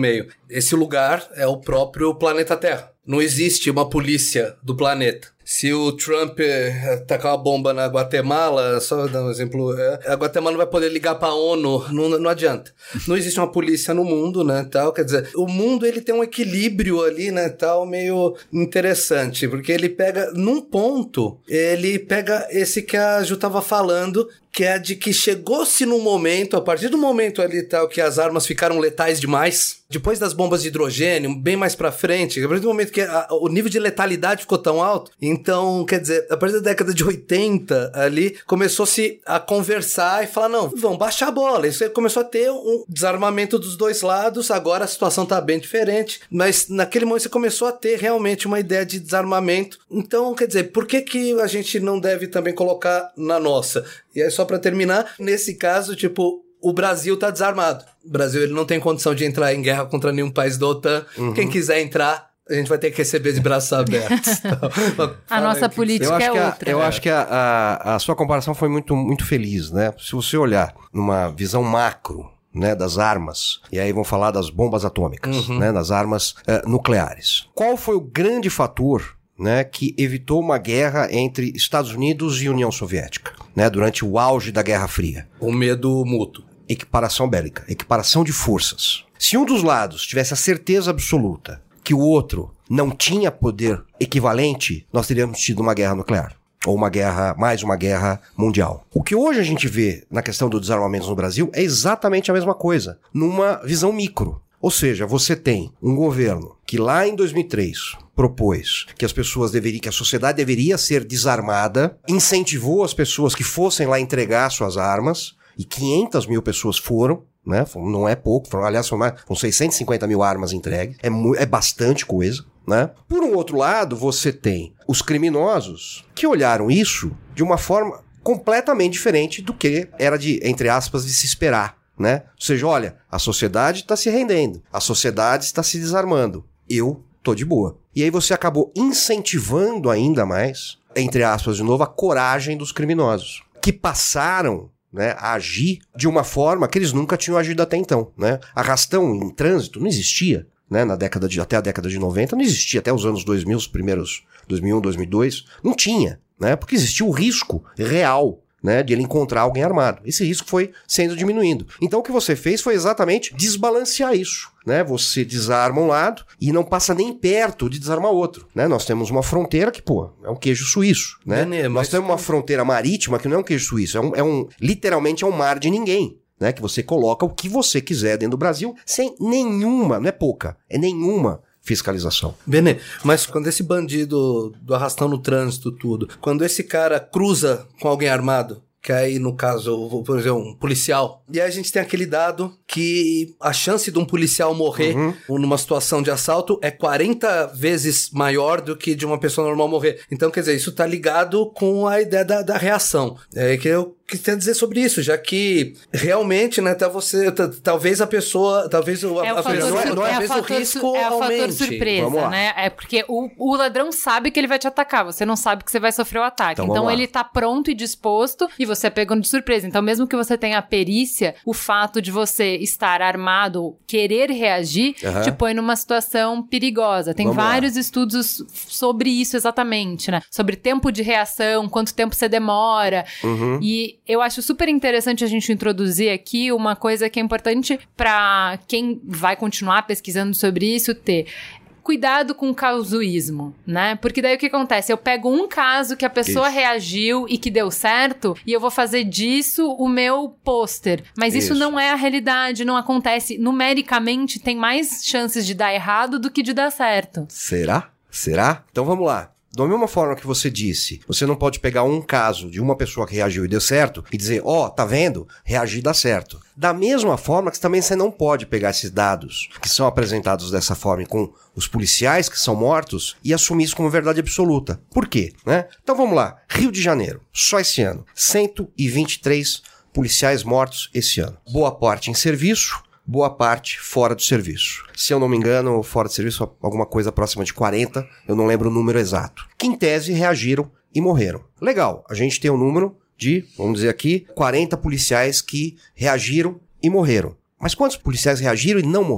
esse lugar é o próprio planeta Terra. Não existe uma polícia do planeta. Se o Trump tacar uma bomba na Guatemala, só dar um exemplo, a Guatemala não vai poder ligar para a ONU, não, não adianta. Não existe uma polícia no mundo, né, tal, quer dizer, o mundo ele tem um equilíbrio ali, né, tal, meio interessante, porque ele pega, num ponto, ele pega esse que a Ju tava falando, que é de que chegou-se num momento, a partir do momento ali tal, que as armas ficaram letais demais, depois das bombas de hidrogênio, bem mais pra frente, a partir do momento que a, o nível de letalidade ficou tão alto, então, quer dizer, a partir da década de oitenta ali, começou-se a conversar e falar, não, vamos baixar a bola. Isso aí começou a ter um desarmamento dos dois lados, agora a situação tá bem diferente, mas naquele momento você começou a ter realmente uma ideia de desarmamento. Então, quer dizer, por que que a gente não deve também colocar na nossa? E aí, só pra terminar, nesse caso, tipo, o Brasil tá desarmado. O Brasil ele não tem condição de entrar em guerra contra nenhum país da OTAN. Uhum. Quem quiser entrar, a gente vai ter que receber de braços abertos. Então, a nossa que... política é outra. A, eu é. acho que a, a, a sua comparação foi muito, muito feliz, né? Se você olhar numa visão macro, né, das armas, e aí vão falar das bombas atômicas, uhum. né, das armas uh, nucleares. Qual foi o grande fator, né, que evitou uma guerra entre Estados Unidos e União Soviética, né, durante o auge da Guerra Fria? O medo mútuo. Equiparação bélica, equiparação de forças. Se um dos lados tivesse a certeza absoluta que o outro não tinha poder equivalente, nós teríamos tido uma guerra nuclear. Ou uma guerra, mais uma guerra mundial. O que hoje a gente vê na questão do desarmamento no Brasil é exatamente a mesma coisa, numa visão micro. Ou seja, você tem um governo que lá em dois mil e três propôs que as pessoas deveriam, que a sociedade deveria ser desarmada, incentivou as pessoas que fossem lá entregar suas armas, e quinhentas mil pessoas foram, né? Não é pouco, foram, aliás, foram, mais, foram seiscentas e cinquenta mil armas entregues, é, é bastante coisa, né? Por um outro lado, você tem os criminosos que olharam isso de uma forma completamente diferente do que era de, entre aspas, de se esperar, né? Ou seja, olha, a sociedade está se rendendo, a sociedade está se desarmando, eu tô de boa. E aí você acabou incentivando ainda mais, entre aspas de novo, a coragem dos criminosos, que passaram, né, a agir de uma forma que eles nunca tinham agido até então, né? Arrastão em trânsito não existia, né? Na década de, até a década de noventa não existia, até os anos dois mil, os primeiros dois mil e um, dois mil e dois, não tinha, né? Porque existia o risco real, né, de ele encontrar alguém armado. Esse risco foi sendo diminuindo. Então o que você fez foi exatamente desbalancear isso, né? Você desarma um lado e não passa nem perto de desarmar outro, né? Nós temos uma fronteira que, pô, é um queijo suíço, né? Nenê, Nós temos uma fronteira marítima que não é um queijo suíço, é um, é um literalmente é um mar de ninguém, né? Que você coloca o que você quiser dentro do Brasil sem nenhuma, não é pouca, é nenhuma fiscalização. Benê, mas quando esse bandido do arrastão no trânsito, tudo, quando esse cara cruza com alguém armado, que aí no caso, por exemplo, um policial, e aí a gente tem aquele dado que a chance de um policial morrer uhum. numa situação de assalto é quarenta vezes maior do que de uma pessoa normal morrer. Então, quer dizer, isso tá ligado com a ideia da, da reação. É que eu queria dizer sobre isso, já que realmente, né, tá você, t- talvez a pessoa, talvez o, é o a fator, pessoa, é talvez o, fator, o risco é o aumente. fator surpresa, né? É porque o, o ladrão sabe que ele vai te atacar, você não sabe que você vai sofrer o ataque. Então, então ele tá pronto e disposto e você é pego de surpresa. Então, mesmo que você tenha a perícia, o fato de você estar armado, querer reagir, uhum. te põe numa situação perigosa. Tem Vamos vários lá. estudos sobre isso exatamente, né? Sobre tempo de reação, quanto tempo você demora. Uhum. E eu acho super interessante a gente introduzir aqui uma coisa que é importante para quem vai continuar pesquisando sobre isso ter. Cuidado com o casuísmo, né? Porque daí o que acontece? Eu pego um caso que a pessoa isso. reagiu e que deu certo e eu vou fazer disso o meu pôster. Mas isso. isso não é a realidade, não acontece. Numericamente tem mais chances de dar errado do que de dar certo. Será? Será? Então vamos lá. Da mesma forma que você disse, você não pode pegar um caso de uma pessoa que reagiu e deu certo e dizer, ó, oh, tá vendo? Reagir dá certo. Da mesma forma que também você não pode pegar esses dados que são apresentados dessa forma com os policiais que são mortos e assumir isso como verdade absoluta. Por quê? Né? Então vamos lá. Rio de Janeiro, só esse ano, cento e vinte e três policiais mortos esse ano. Boa parte em serviço, boa parte fora do serviço. Se eu não me engano, fora do serviço, alguma coisa próxima de quarenta, eu não lembro o número exato. Que em tese reagiram e morreram. Legal, a gente tem um número de, vamos dizer aqui, quarenta policiais que reagiram e morreram. Mas quantos policiais reagiram e não morreram?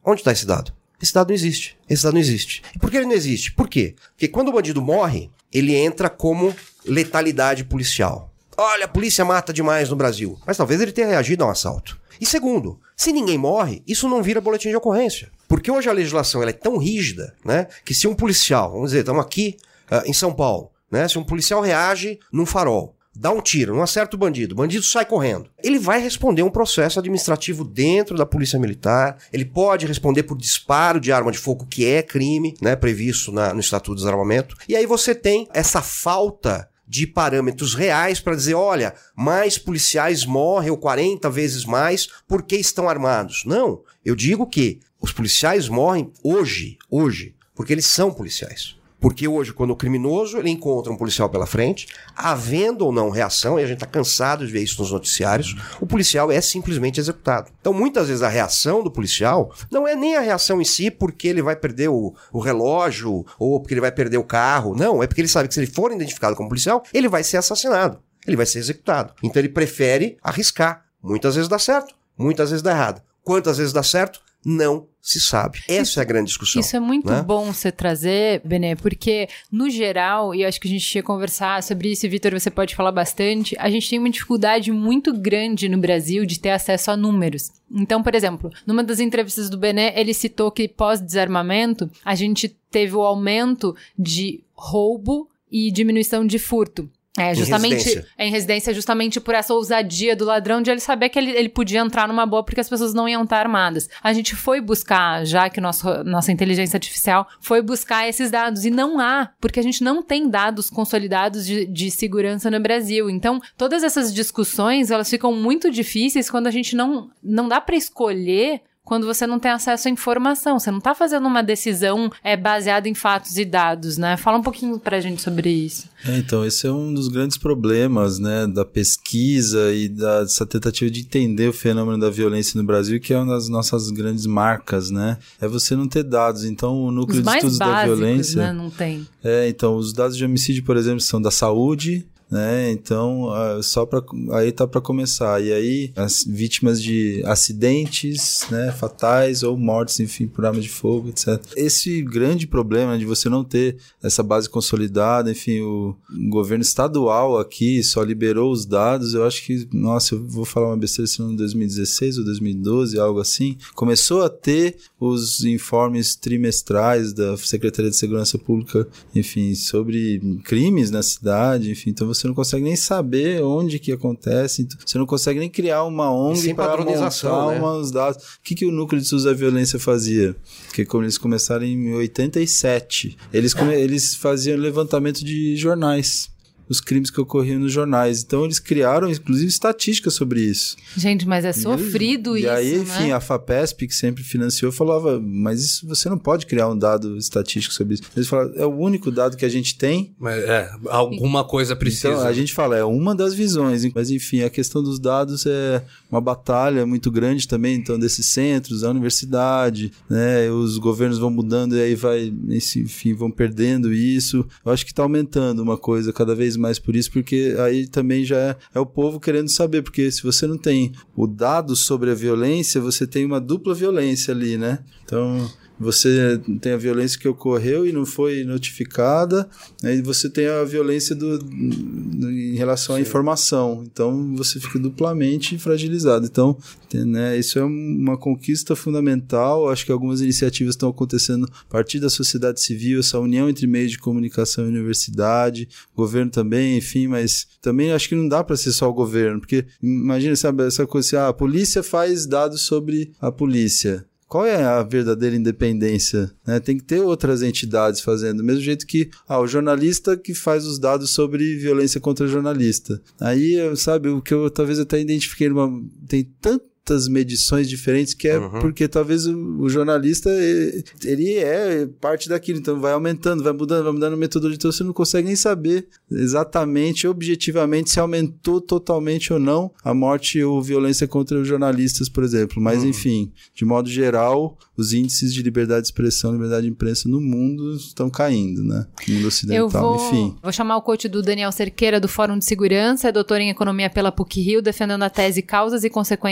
Onde está esse dado? Esse dado não existe. Esse dado não existe. E por que ele não existe? Por quê? Porque quando o bandido morre, ele entra como letalidade policial. Olha, a polícia mata demais no Brasil. Mas talvez ele tenha reagido a um assalto. E segundo, se ninguém morre, isso não vira boletim de ocorrência. Porque hoje a legislação ela é tão rígida, né, que se um policial, vamos dizer, estamos aqui uh, em São Paulo, né, se um policial reage num farol, dá um tiro, não acerta o bandido, o bandido sai correndo, ele vai responder um processo administrativo dentro da Polícia Militar, ele pode responder por disparo de arma de fogo, que é crime, né, previsto na, no Estatuto do Desarmamento, e aí você tem essa falta de parâmetros reais para dizer, olha, mais policiais morrem ou quarenta vezes mais porque estão armados. Não, eu digo que os policiais morrem hoje, hoje, porque eles são policiais. Porque hoje, quando o criminoso ele encontra um policial pela frente, havendo ou não reação, e a gente está cansado de ver isso nos noticiários, o policial é simplesmente executado. Então, muitas vezes, a reação do policial não é nem a reação em si porque ele vai perder o, o relógio ou porque ele vai perder o carro. Não, é porque ele sabe que se ele for identificado como policial, ele vai ser assassinado, ele vai ser executado. Então, ele prefere arriscar. Muitas vezes dá certo, muitas vezes dá errado. Quantas vezes dá certo? Não se sabe. Essa isso, é a grande discussão. Isso é muito né? bom você trazer, Benê, porque, no geral, e eu acho que a gente tinha que conversar sobre isso, e Vitor, você pode falar bastante, a gente tem uma dificuldade muito grande no Brasil de ter acesso a números. Então, por exemplo, numa das entrevistas do Benê, ele citou que pós-desarmamento, a gente teve o aumento de roubo e diminuição de furto. É, justamente, em residência. É, em residência, justamente por essa ousadia do ladrão de ele saber que ele, ele podia entrar numa boa porque as pessoas não iam estar armadas. A gente foi buscar, já que nosso, nossa inteligência artificial foi buscar esses dados, e não há, porque a gente não tem dados consolidados de, de segurança no Brasil. Então, todas essas discussões, elas ficam muito difíceis quando a gente não, não dá para escolher quando você não tem acesso à informação. Você não está fazendo uma decisão é, baseada em fatos e dados, né? Fala um pouquinho pra gente sobre isso. É, então, esse é um dos grandes problemas, né, da pesquisa e da, dessa tentativa de entender o fenômeno da violência no Brasil, que é uma das nossas grandes marcas, né? É você não ter dados. Então, o núcleo de estudos da violência... Né? Não tem. É, então, os dados de homicídio, por exemplo, são da saúde, né? Então, uh, só para aí tá para começar. E aí, as vítimas de acidentes, né, fatais ou mortes, enfim, por arma de fogo, etcétera. Esse grande problema de você não ter essa base consolidada, enfim, o governo estadual aqui só liberou os dados, eu acho que, nossa, eu vou falar uma besteira, se não em dois mil e dezesseis ou dois mil e doze, algo assim, começou a ter os informes trimestrais da Secretaria de Segurança Pública, enfim, sobre crimes na cidade, enfim, então você não consegue nem saber onde que acontece, você não consegue nem criar uma O N G para montar né? uns dados. O que, que o Núcleo de Estudos da Violência fazia? Porque como eles começaram em oitenta e sete, eles, come... eles faziam levantamento de jornais, os crimes que ocorriam nos jornais. Então, eles criaram, inclusive, estatísticas sobre isso. Gente, mas é sofrido e isso, E aí, né? enfim, a FAPESP, que sempre financiou, falava, mas isso, você não pode criar um dado estatístico sobre isso. Eles falaram, é o único dado que a gente tem. Mas, é, alguma coisa precisa. Então, a gente fala, é uma das visões. Mas, enfim, a questão dos dados é uma batalha muito grande também, então, desses centros, a universidade, né? Os governos vão mudando e aí vai, enfim, vão perdendo isso. Eu acho que está aumentando uma coisa cada vez mais por isso, porque aí também já é, é o povo querendo saber, porque se você não tem o dado sobre a violência, você tem uma dupla violência ali, né? Então, você tem a violência que ocorreu e não foi notificada, aí você tem a violência do, do, em relação Sim. à informação, então você fica duplamente fragilizado. Então, tem, né, isso é uma conquista fundamental. Acho que algumas iniciativas estão acontecendo a partir da sociedade civil, essa união entre meios de comunicação e universidade, governo também, enfim, mas também acho que não dá para ser só o governo, porque imagina, sabe, essa coisa assim, ah, a polícia faz dados sobre a polícia. Qual é a verdadeira independência? Né? Tem que ter outras entidades fazendo. Do mesmo jeito que ah, o jornalista que faz os dados sobre violência contra jornalista. Aí, sabe, o que eu talvez até identifiquei, uma, tem tanto medições diferentes, que é uhum. porque talvez o, o jornalista ele é parte daquilo, então vai aumentando, vai mudando, vai mudando a metodologia, então você não consegue nem saber exatamente, objetivamente, se aumentou totalmente ou não a morte ou violência contra os jornalistas, por exemplo, mas uhum. enfim, de modo geral, os índices de liberdade de expressão, liberdade de imprensa no mundo estão caindo, né? No mundo ocidental, Eu vou, enfim. Vou chamar o coach do Daniel Cerqueira, do Fórum de Segurança, é doutor em Economia pela P U C Rio, defendendo a tese Causas e Consequências do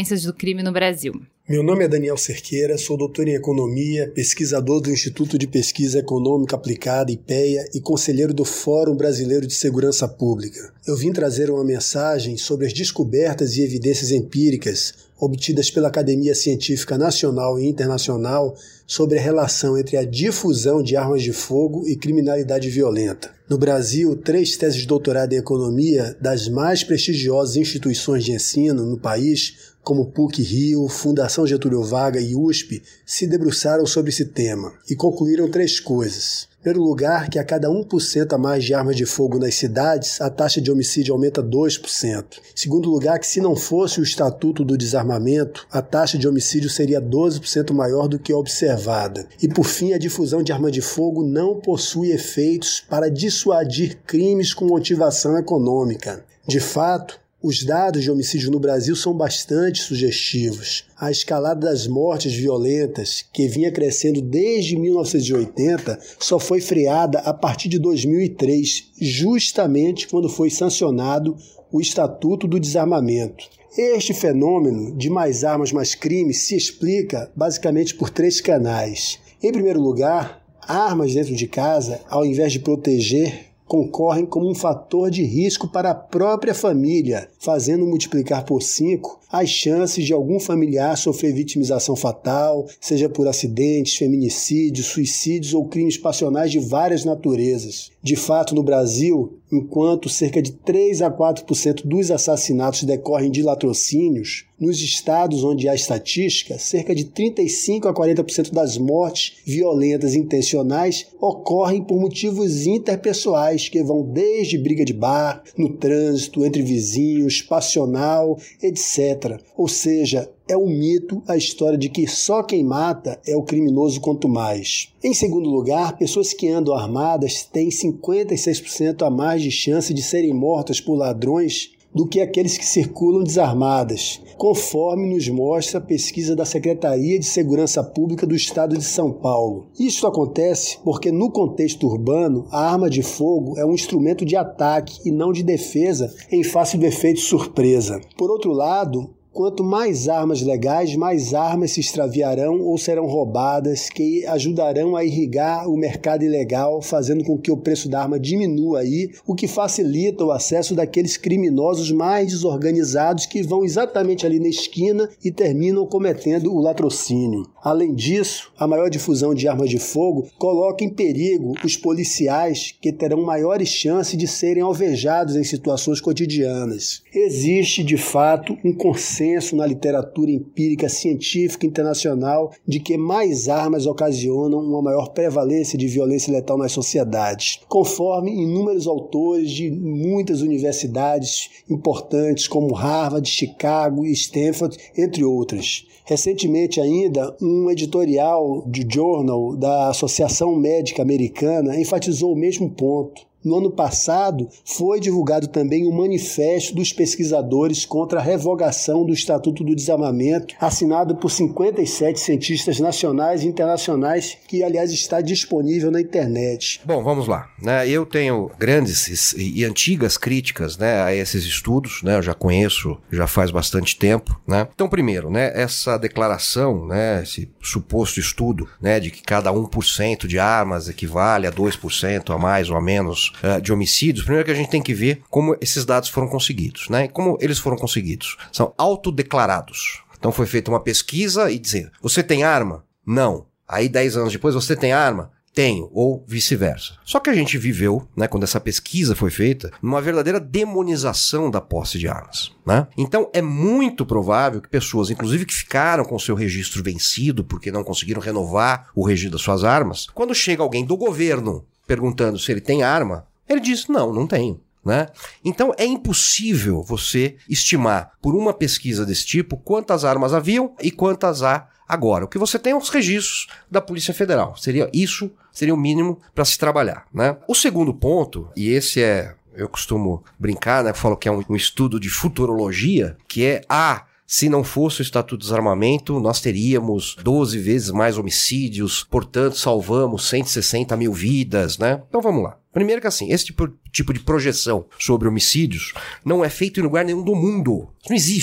crime no Brasil. Meu nome é Daniel Cerqueira, sou doutor em Economia, pesquisador do Instituto de Pesquisa Econômica Aplicada, I P E A, e conselheiro do Fórum Brasileiro de Segurança Pública. Eu vim trazer uma mensagem sobre as descobertas e evidências empíricas obtidas pela Academia Científica Nacional e Internacional sobre a relação entre a difusão de armas de fogo e criminalidade violenta. No Brasil, três teses de doutorado em Economia das mais prestigiosas instituições de ensino no país, como P U C-Rio, Fundação Getúlio Vargas e U S P, se debruçaram sobre esse tema e concluíram três coisas. Em primeiro lugar, que a cada um por cento a mais de armas de fogo nas cidades, a taxa de homicídio aumenta dois por cento. Em segundo lugar, que se não fosse o Estatuto do Desarmamento, a taxa de homicídio seria doze por cento maior do que a observada. E por fim, a difusão de armas de fogo não possui efeitos para dissuadir crimes com motivação econômica. De fato, os dados de homicídio no Brasil são bastante sugestivos. A escalada das mortes violentas, que vinha crescendo desde mil novecentos e oitenta, só foi freada a partir de dois mil e três, justamente quando foi sancionado o Estatuto do Desarmamento. Este fenômeno de mais armas, mais crimes se explica basicamente por três canais. Em primeiro lugar, armas dentro de casa, ao invés de proteger, concorrem como um fator de risco para a própria família, fazendo multiplicar por cinco as chances de algum familiar sofrer vitimização fatal, seja por acidentes, feminicídios, suicídios ou crimes passionais de várias naturezas. De fato, no Brasil, enquanto cerca de três a quatro por cento dos assassinatos decorrem de latrocínios, nos estados onde há estatística, cerca de trinta e cinco a quarenta por cento das mortes violentas intencionais ocorrem por motivos interpessoais que vão desde briga de bar, no trânsito, entre vizinhos, passional, etcétera. Ou seja, é um mito a história de que só quem mata é o criminoso quanto mais. Em segundo lugar, pessoas que andam armadas têm cinquenta e seis por cento a mais de chance de serem mortas por ladrões do que aqueles que circulam desarmadas, conforme nos mostra a pesquisa da Secretaria de Segurança Pública do Estado de São Paulo. Isso acontece porque, no contexto urbano, a arma de fogo é um instrumento de ataque e não de defesa em face do efeito surpresa. Por outro lado, quanto mais armas legais, mais armas se extraviarão ou serão roubadas, que ajudarão a irrigar o mercado ilegal, fazendo com que o preço da arma diminua aí, o que facilita o acesso daqueles criminosos mais desorganizados que vão exatamente ali na esquina e terminam cometendo o latrocínio. Além disso, a maior difusão de armas de fogo coloca em perigo os policiais, que terão maiores chances de serem alvejados em situações cotidianas. Existe, de fato, um consenso na literatura empírica científica internacional de que mais armas ocasionam uma maior prevalência de violência letal nas sociedades, conforme inúmeros autores de muitas universidades importantes como Harvard, Chicago e Stanford, entre outras. Recentemente ainda, um editorial de Journal da Associação Médica Americana enfatizou o mesmo ponto. No ano passado, foi divulgado também um manifesto dos pesquisadores contra a revogação do Estatuto do Desarmamento, assinado por cinquenta e sete cientistas nacionais e internacionais, que, aliás, está disponível na internet. Bom, vamos lá. Né? Eu tenho grandes e antigas críticas, né, a esses estudos, né? Eu já conheço, já faz bastante tempo. Né? Então, primeiro, né, essa declaração, né, esse suposto estudo, né, de que cada um por cento de armas equivale a dois por cento a mais ou a menos de homicídios, primeiro que a gente tem que ver como esses dados foram conseguidos, né? Como eles foram conseguidos? São autodeclarados. Então foi feita uma pesquisa e dizer, você tem arma? Não. Aí dez anos depois, você tem arma? Tenho, ou vice-versa. Só que a gente viveu, né, quando essa pesquisa foi feita, numa verdadeira demonização da posse de armas, né? Então é muito provável que pessoas, inclusive que ficaram com seu registro vencido porque não conseguiram renovar o registro das suas armas, quando chega alguém do governo perguntando se ele tem arma, ele diz, não, não tenho. Né? Então é impossível você estimar por uma pesquisa desse tipo quantas armas haviam e quantas há agora. O que você tem é os registros da Polícia Federal. Seria isso, seria o mínimo para se trabalhar. Né? O segundo ponto, e esse é, eu costumo brincar, né? Eu falo que é um, um estudo de futurologia, que é a se não fosse o Estatuto do Desarmamento, nós teríamos doze vezes mais homicídios, portanto, salvamos cento e sessenta mil vidas, né? Então vamos lá. Primeiro que assim, esse tipo, tipo de projeção sobre homicídios não é feito em lugar nenhum do mundo. Isso não existe.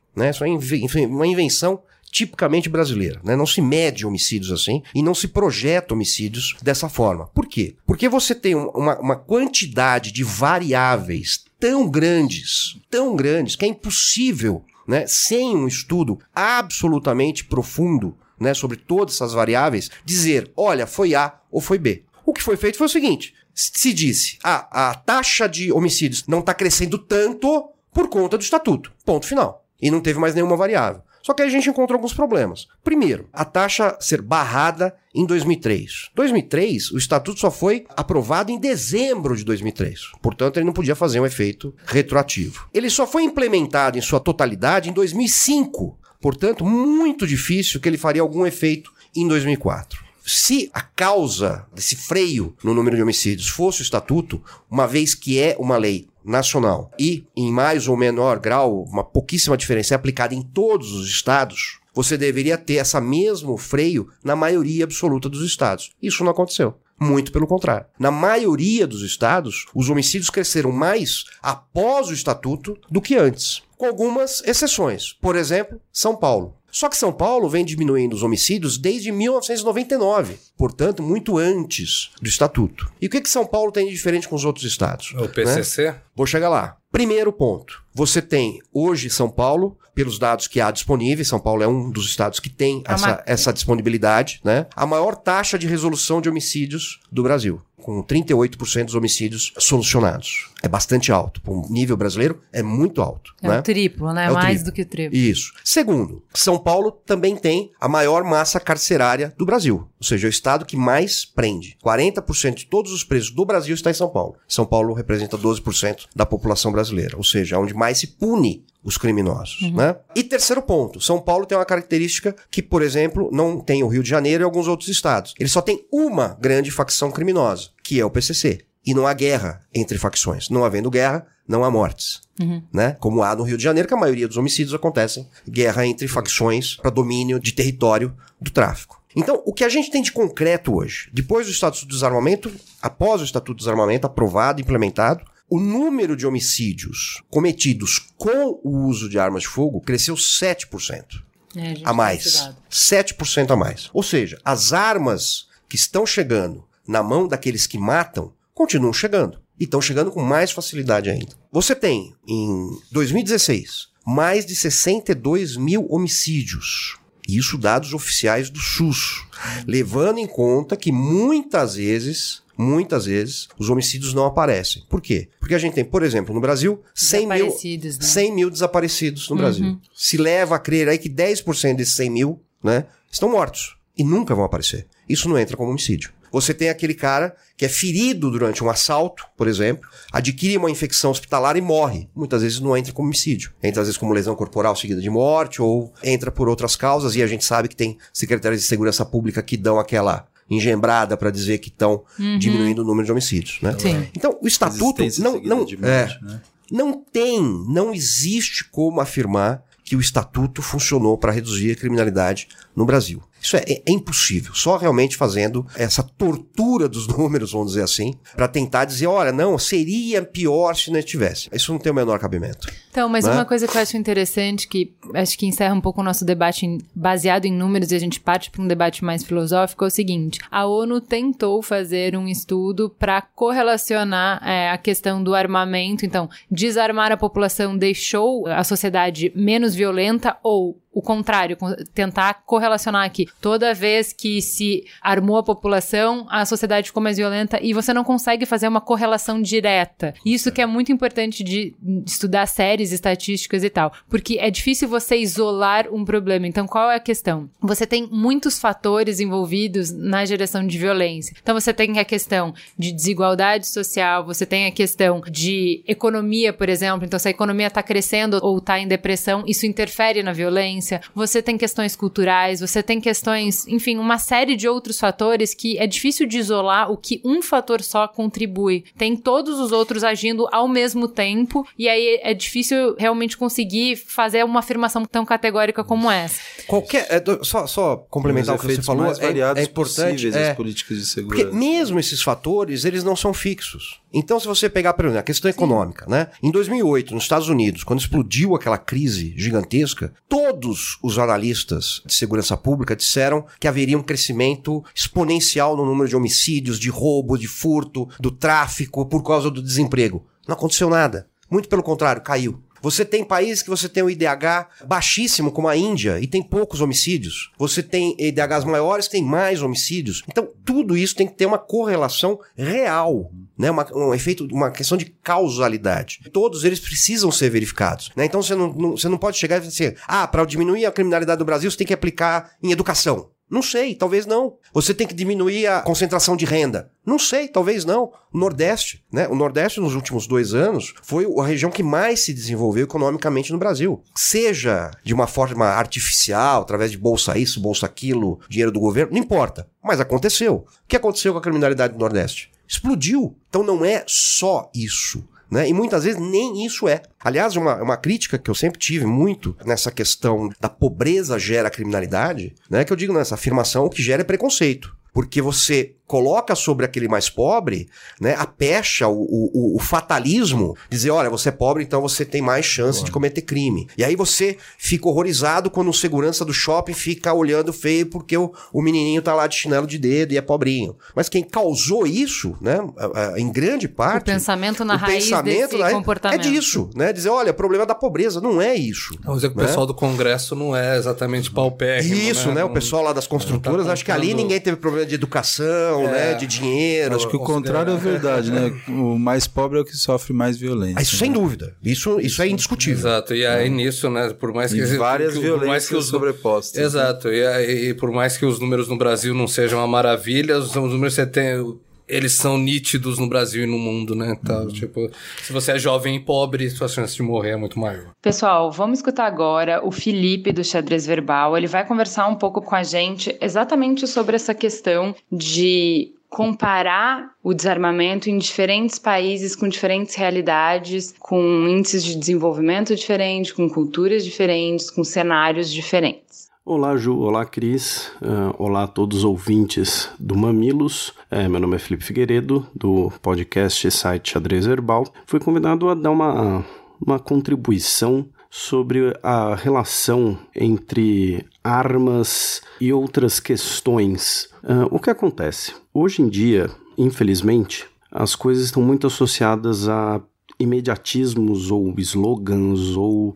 né? Isso é enfim, uma invenção tipicamente brasileira, né? Não se mede homicídios assim e não se projeta homicídios dessa forma. Por quê? Porque você tem uma, uma quantidade de variáveis tão grandes, tão grandes, que é impossível, né, sem um estudo absolutamente profundo, né, sobre todas essas variáveis, dizer, olha, foi A ou foi B. O que foi feito foi o seguinte, se disse, ah, a taxa de homicídios não está crescendo tanto por conta do estatuto. Ponto final. E não teve mais nenhuma variável. Só que aí a gente encontrou alguns problemas. Primeiro, a taxa ser barrada em dois mil e três. Em dois mil e três, o estatuto só foi aprovado em dezembro de dois mil e três. Portanto, ele não podia fazer um efeito retroativo. Ele só foi implementado em sua totalidade em dois mil e cinco. Portanto, muito difícil que ele faria algum efeito em dois mil e quatro. Se a causa desse freio no número de homicídios fosse o estatuto, uma vez que é uma lei nacional e, em mais ou menor grau, uma pouquíssima diferença é aplicada em todos os estados, você deveria ter esse mesmo freio na maioria absoluta dos estados. Isso não aconteceu. Muito pelo contrário. Na maioria dos estados, os homicídios cresceram mais após o estatuto do que antes, com algumas exceções. Por exemplo, São Paulo. Só que São Paulo vem diminuindo os homicídios desde mil novecentos e noventa e nove, portanto, muito antes do estatuto. E o que, que São Paulo tem de diferente com os outros estados? O P C C? Né? Vou chegar lá. Primeiro ponto, você tem hoje São Paulo, pelos dados que há disponíveis, São Paulo é um dos estados que tem essa, ma- essa disponibilidade, né? A maior taxa de resolução de homicídios do Brasil, com trinta e oito por cento dos homicídios solucionados. É bastante alto. Para um nível brasileiro, é muito alto. É né? o triplo, né? É Mais triplo. do que o triplo. Isso. Segundo, São Paulo também tem a maior massa carcerária do Brasil. Ou seja, é o estado que mais prende. quarenta por cento de todos os presos do Brasil está em São Paulo. São Paulo representa doze por cento da população brasileira. Ou seja, é onde mais se pune os criminosos, uhum. né? E terceiro ponto, São Paulo tem uma característica que, por exemplo, não tem o Rio de Janeiro e alguns outros estados. Ele só tem uma grande facção criminosa, que é o P C C. E não há guerra entre facções. Não havendo guerra, não há mortes. Uhum. Né? Como há no Rio de Janeiro, que a maioria dos homicídios acontecem guerra entre facções para domínio de território do tráfico. Então, o que a gente tem de concreto hoje, depois do Estatuto do Desarmamento, após o Estatuto do Desarmamento aprovado e implementado, o número de homicídios cometidos com o uso de armas de fogo cresceu sete por cento é, a mais. sete por cento a mais. Ou seja, as armas que estão chegando na mão daqueles que matam continuam chegando. E estão chegando com mais facilidade ainda. Você tem, em dois mil e dezesseis, mais de sessenta e dois mil homicídios. Isso dados oficiais do SUS. Levando em conta que muitas vezes... Muitas vezes, os homicídios não aparecem. Por quê? Porque a gente tem, por exemplo, no Brasil, cem mil, né? cem mil desaparecidos no uhum. Brasil. Se leva a crer aí que dez por cento desses cem mil, né, estão mortos. E nunca vão aparecer. Isso não entra como homicídio. Você tem aquele cara que é ferido durante um assalto, por exemplo, adquire uma infecção hospitalar e morre. Muitas vezes não entra como homicídio. Entra às vezes como lesão corporal seguida de morte ou entra por outras causas e a gente sabe que tem secretários de segurança pública que dão aquela... engembrada para dizer que estão uhum. diminuindo o número de homicídios, né? Sim. Então, o estatuto não, não, morte, é, né? não tem, não existe como afirmar que o estatuto funcionou para reduzir a criminalidade no Brasil. Isso é, é, é impossível. Só realmente fazendo essa tortura dos números, vamos dizer assim, para tentar dizer, olha, não, seria pior se não tivesse. Isso não tem o menor cabimento. Então, mas né? uma coisa que eu acho interessante, que acho que encerra um pouco o nosso debate em, baseado em números e a gente parte para um debate mais filosófico, é o seguinte, a ONU tentou fazer um estudo para correlacionar é, a questão do armamento, então, desarmar a população deixou a sociedade menos violenta ou o contrário, tentar correlacionar aqui. Toda vez que se armou a população, a sociedade ficou mais violenta e você não consegue fazer uma correlação direta. Isso que é muito importante de, de estudar séries estatísticas e tal, porque é difícil você isolar um problema. Então, qual é a questão? Você tem muitos fatores envolvidos na geração de violência. Então, você tem a questão de desigualdade social, você tem a questão de economia, por exemplo. Então, se a economia está crescendo ou está em depressão, isso interfere na violência. Você tem questões culturais, você tem questões, enfim, uma série de outros fatores que é difícil de isolar o que um fator só contribui. Tem todos os outros agindo ao mesmo tempo e aí é difícil realmente conseguir fazer uma afirmação tão categórica como essa. Qualquer, é, só, só complementar o que você falou, mais variados é, é importante possíveis é, as políticas de segurança. Porque mesmo esses fatores, eles não são fixos. Então, se você pegar, por exemplo, a questão econômica, né? Em dois mil e oito, nos Estados Unidos, quando explodiu aquela crise gigantesca, todos os analistas de segurança pública disseram que haveria um crescimento exponencial no número de homicídios, de roubo, de furto, do tráfico, por causa do desemprego. Não aconteceu nada. Muito pelo contrário, caiu. Você tem países que você tem o I D H baixíssimo, como a Índia, e tem poucos homicídios. Você tem I D Hs maiores que tem mais homicídios. Então, tudo isso tem que ter uma correlação real, né? Uma, um efeito, uma questão de causalidade. Todos eles precisam ser verificados, né? Então, você não, não, você não pode chegar e dizer, ah, para diminuir a criminalidade do Brasil, você tem que aplicar em educação. Não sei, talvez não. Você tem que diminuir a concentração de renda. Não sei, talvez não. O Nordeste, né? O Nordeste, nos últimos dois anos, foi a região que mais se desenvolveu economicamente no Brasil. Seja de uma forma artificial, através de bolsa isso, bolsa aquilo, dinheiro do governo, não importa. Mas aconteceu. O que aconteceu com a criminalidade do Nordeste? Explodiu. Então não é só isso. Né? E muitas vezes nem isso é. Aliás, uma, uma crítica que eu sempre tive muito nessa questão da pobreza gera criminalidade, né? Que eu digo nessa afirmação, o que gera é preconceito. Porque você coloca sobre aquele mais pobre, né, a pecha, o, o, o fatalismo, dizer, olha, você é pobre, então você tem mais chance Boa. de cometer crime. E aí você fica horrorizado quando o segurança do shopping fica olhando feio porque o, o menininho tá lá de chinelo de dedo e é pobrinho. Mas quem causou isso, né, em grande parte... O pensamento na o raiz pensamento desse na, comportamento. É disso, né, dizer, olha, problema da pobreza, não é isso. Vamos dizer que né? o pessoal do Congresso não é exatamente paupérrimo. Isso, né, né? O pessoal lá das construtoras, tá acho que ali ninguém teve problema de educação, é. né, de dinheiro. Acho que o contrário é verdade, né? O mais pobre é o que sofre mais violência. Isso, né? Sem dúvida. Isso, isso é indiscutível. Exato. E aí nisso, né, por mais que... E várias que, violências mais que os, sobrepostas. Exato. Né? E, aí, e por mais que os números no Brasil não sejam uma maravilha, os números que você tem... Eles são nítidos no Brasil e no mundo, né? Então, uhum. tipo, se você é jovem e pobre, sua chance de morrer é muito maior. Pessoal, vamos escutar agora o Felipe do Xadrez Verbal. Ele vai conversar um pouco com a gente exatamente sobre essa questão de comparar o desarmamento em diferentes países com diferentes realidades, com índices de desenvolvimento diferentes, com culturas diferentes, com cenários diferentes. Olá, Ju. Olá, Cris. Uh, olá a todos os ouvintes do Mamilos. Uh, meu nome é Felipe Figueiredo, do podcast e site Xadrez Verbal. Fui convidado a dar uma, uma contribuição sobre a relação entre armas e outras questões. Uh, o que acontece? Hoje em dia, infelizmente, as coisas estão muito associadas a imediatismos ou slogans ou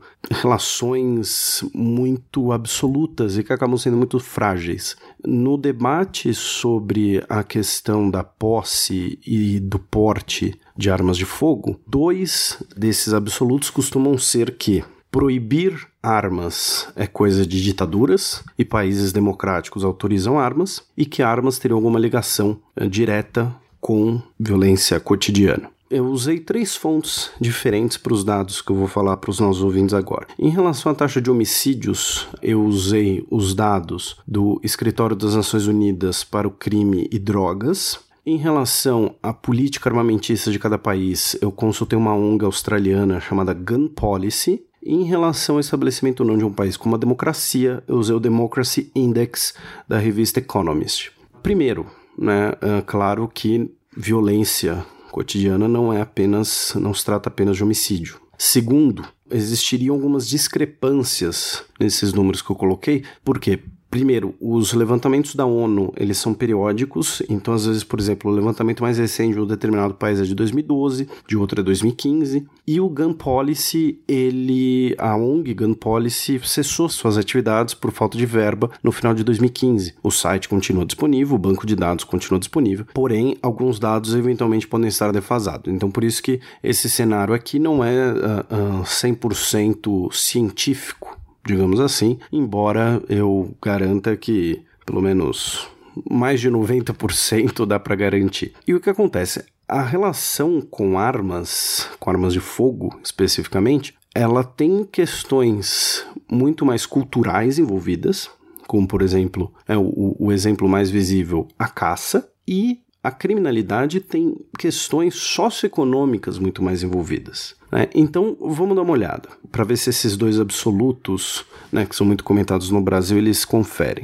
relações muito absolutas e que acabam sendo muito frágeis. No debate sobre a questão da posse e do porte de armas de fogo, dois desses absolutos costumam ser que proibir armas é coisa de ditaduras e países democráticos autorizam armas e que armas teriam alguma ligação uh, direta com violência cotidiana. Eu usei três fontes diferentes para os dados que eu vou falar para os nossos ouvintes agora. Em relação à taxa de homicídios, eu usei os dados do Escritório das Nações Unidas para o Crime e Drogas. Em relação à política armamentista de cada país, eu consultei uma O N G australiana chamada Gun Policy. Em relação ao estabelecimento ou não de um país como a democracia, eu usei o Democracy Index da revista Economist. Primeiro, né, é claro que violência cotidiana não é apenas, não se trata apenas de homicídio. Segundo, existiriam algumas discrepâncias nesses números que eu coloquei, porque primeiro, os levantamentos da ONU, eles são periódicos, então às vezes, por exemplo, o levantamento mais recente de um determinado país é de dois mil e doze, de outro é dois mil e quinze, e o Gun Policy, ele, a O N G Gun Policy cessou suas atividades por falta de verba no final de dois mil e quinze. O site continua disponível, o banco de dados continua disponível, porém, alguns dados eventualmente podem estar defasados. Então, por isso que esse cenário aqui não é uh, uh, cem por cento científico, digamos assim, embora eu garanta que pelo menos mais de noventa por cento dá para garantir. E o que acontece? A relação com armas, com armas de fogo especificamente, ela tem questões muito mais culturais envolvidas, como por exemplo, é o, o exemplo mais visível, a caça, e a criminalidade tem questões socioeconômicas muito mais envolvidas. Né? Então, vamos dar uma olhada, para ver se esses dois absolutos, né, que são muito comentados no Brasil, eles conferem.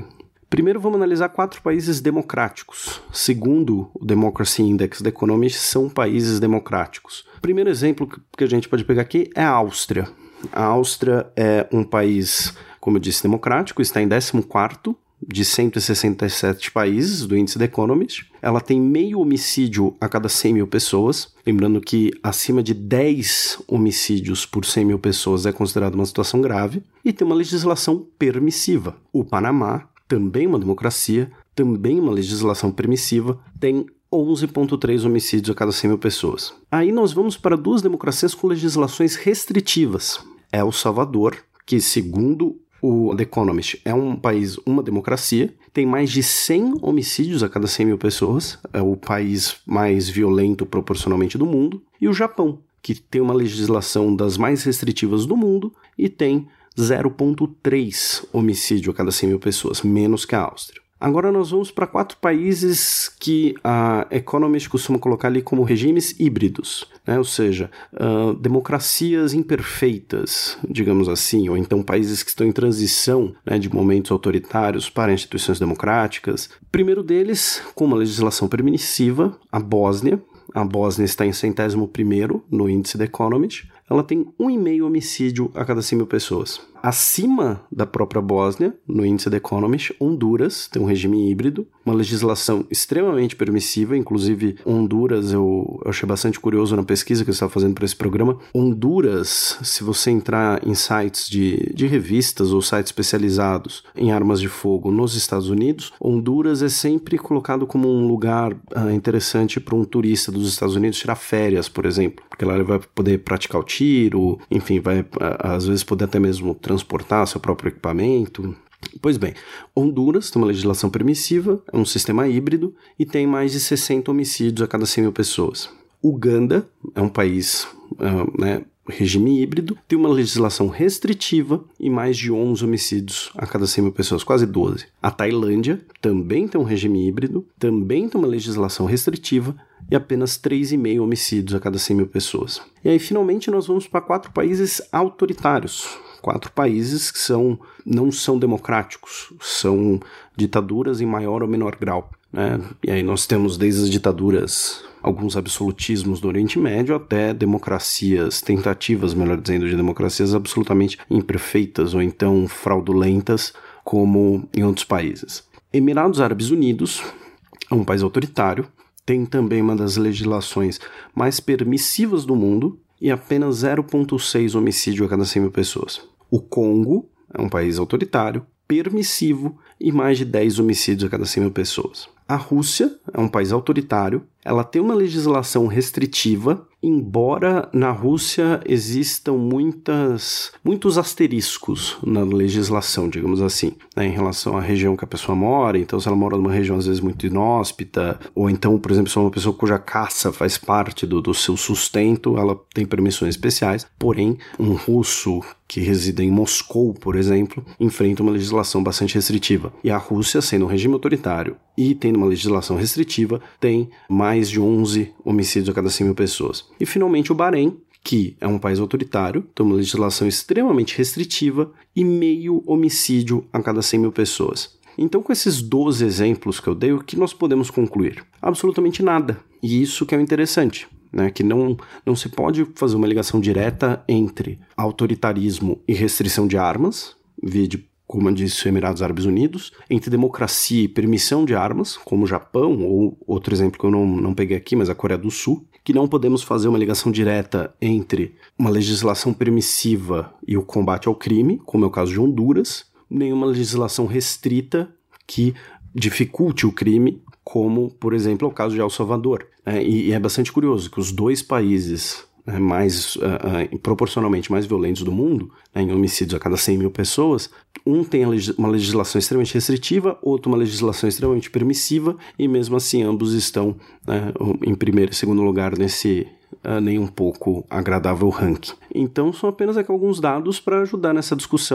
Primeiro vamos analisar quatro países democráticos. Segundo o Democracy Index The Economist, são países democráticos. O primeiro exemplo que a gente pode pegar aqui é a Áustria. A Áustria é um país, como eu disse, democrático, está em décimo quarto de cento e sessenta e sete países do índice The Economist. Ela tem meio homicídio a cada cem mil pessoas. Lembrando que acima de dez homicídios por cem mil pessoas é considerado uma situação grave. E tem uma legislação permissiva. O Panamá, também uma democracia, também uma legislação permissiva, tem onze vírgula três homicídios a cada cem mil pessoas. Aí nós vamos para duas democracias com legislações restritivas. É El Salvador, que segundo o The Economist é um país, uma democracia, tem mais de cem homicídios a cada cem mil pessoas, é o país mais violento proporcionalmente do mundo, e o Japão, que tem uma legislação das mais restritivas do mundo e tem zero vírgula três homicídio a cada cem mil pessoas, menos que a Áustria. Agora nós vamos para quatro países que a Economist costuma colocar ali como regimes híbridos, né? Ou seja, uh, democracias imperfeitas, digamos assim, ou então países que estão em transição, né, de momentos autoritários para instituições democráticas. O primeiro deles, com uma legislação permissiva, a Bósnia. A Bósnia está em centésimo primeiro no índice The Economist. Ela tem um vírgula cinco homicídio a cada cem mil pessoas. Acima da própria Bósnia, no índice The Economist, Honduras tem um regime híbrido, uma legislação extremamente permissiva, inclusive Honduras, eu, eu achei bastante curioso na pesquisa que eu estava fazendo para esse programa. Honduras, se você entrar em sites de, de revistas ou sites especializados em armas de fogo nos Estados Unidos, Honduras é sempre colocado como um lugar uh, interessante para um turista dos Estados Unidos tirar férias, por exemplo, porque lá ele vai poder praticar o tiro, enfim, vai uh, às vezes poder até mesmo transportar seu próprio equipamento. Pois bem, Honduras tem uma legislação permissiva, é um sistema híbrido e tem mais de sessenta homicídios a cada cem mil pessoas. Uganda é um país, uh, né, regime híbrido, tem uma legislação restritiva e mais de onze homicídios a cada cem mil pessoas, quase doze. A Tailândia também tem um regime híbrido, também tem uma legislação restritiva e apenas três vírgula cinco homicídios a cada cem mil pessoas. E aí, finalmente, nós vamos para quatro países autoritários. Quatro países que são, não são democráticos, são ditaduras em maior ou menor grau, né? E aí nós temos desde as ditaduras, alguns absolutismos do Oriente Médio, até democracias, tentativas, melhor dizendo, de democracias absolutamente imperfeitas ou então fraudulentas, como em outros países. Emirados Árabes Unidos é um país autoritário, tem também uma das legislações mais permissivas do mundo, e apenas zero vírgula seis homicídio a cada cem mil pessoas. O Congo é um país autoritário, permissivo e mais de dez homicídios a cada cem mil pessoas. A Rússia é um país autoritário, ela tem uma legislação restritiva, embora na Rússia existam muitas, muitos asteriscos na legislação, digamos assim, né, em relação à região que a pessoa mora. Então, se ela mora numa região às vezes muito inóspita, ou então, por exemplo, se é uma pessoa cuja caça faz parte do, do seu sustento, ela tem permissões especiais. Porém, um russo que reside em Moscou, por exemplo, enfrenta uma legislação bastante restritiva. E a Rússia, sendo um regime autoritário e tendo uma legislação restritiva, tem mais de onze homicídios a cada cem mil pessoas. E, finalmente, o Bahrein, que é um país autoritário, tem uma legislação extremamente restritiva e meio homicídio a cada cem mil pessoas. Então, com esses doze exemplos que eu dei, o que nós podemos concluir? Absolutamente nada. E isso que é o interessante, né? Que não, não se pode fazer uma ligação direta entre autoritarismo e restrição de armas, vide, como eu disse, os Emirados Árabes Unidos, entre democracia e permissão de armas, como o Japão, ou outro exemplo que eu não, não peguei aqui, mas a Coreia do Sul, que não podemos fazer uma ligação direta entre uma legislação permissiva e o combate ao crime, como é o caso de Honduras, nem uma legislação restrita que dificulte o crime, como, por exemplo, é o caso de El Salvador. É, e, e é bastante curioso que os dois países é, mais uh, uh, proporcionalmente mais violentos do mundo, né, em homicídios a cada cem mil pessoas, um tem leg- uma legislação extremamente restritiva, outro uma legislação extremamente permissiva, e mesmo assim ambos estão né, em primeiro e segundo lugar nesse uh, nem um pouco agradável ranking. Então são apenas aqui alguns dados para ajudar nessa discussão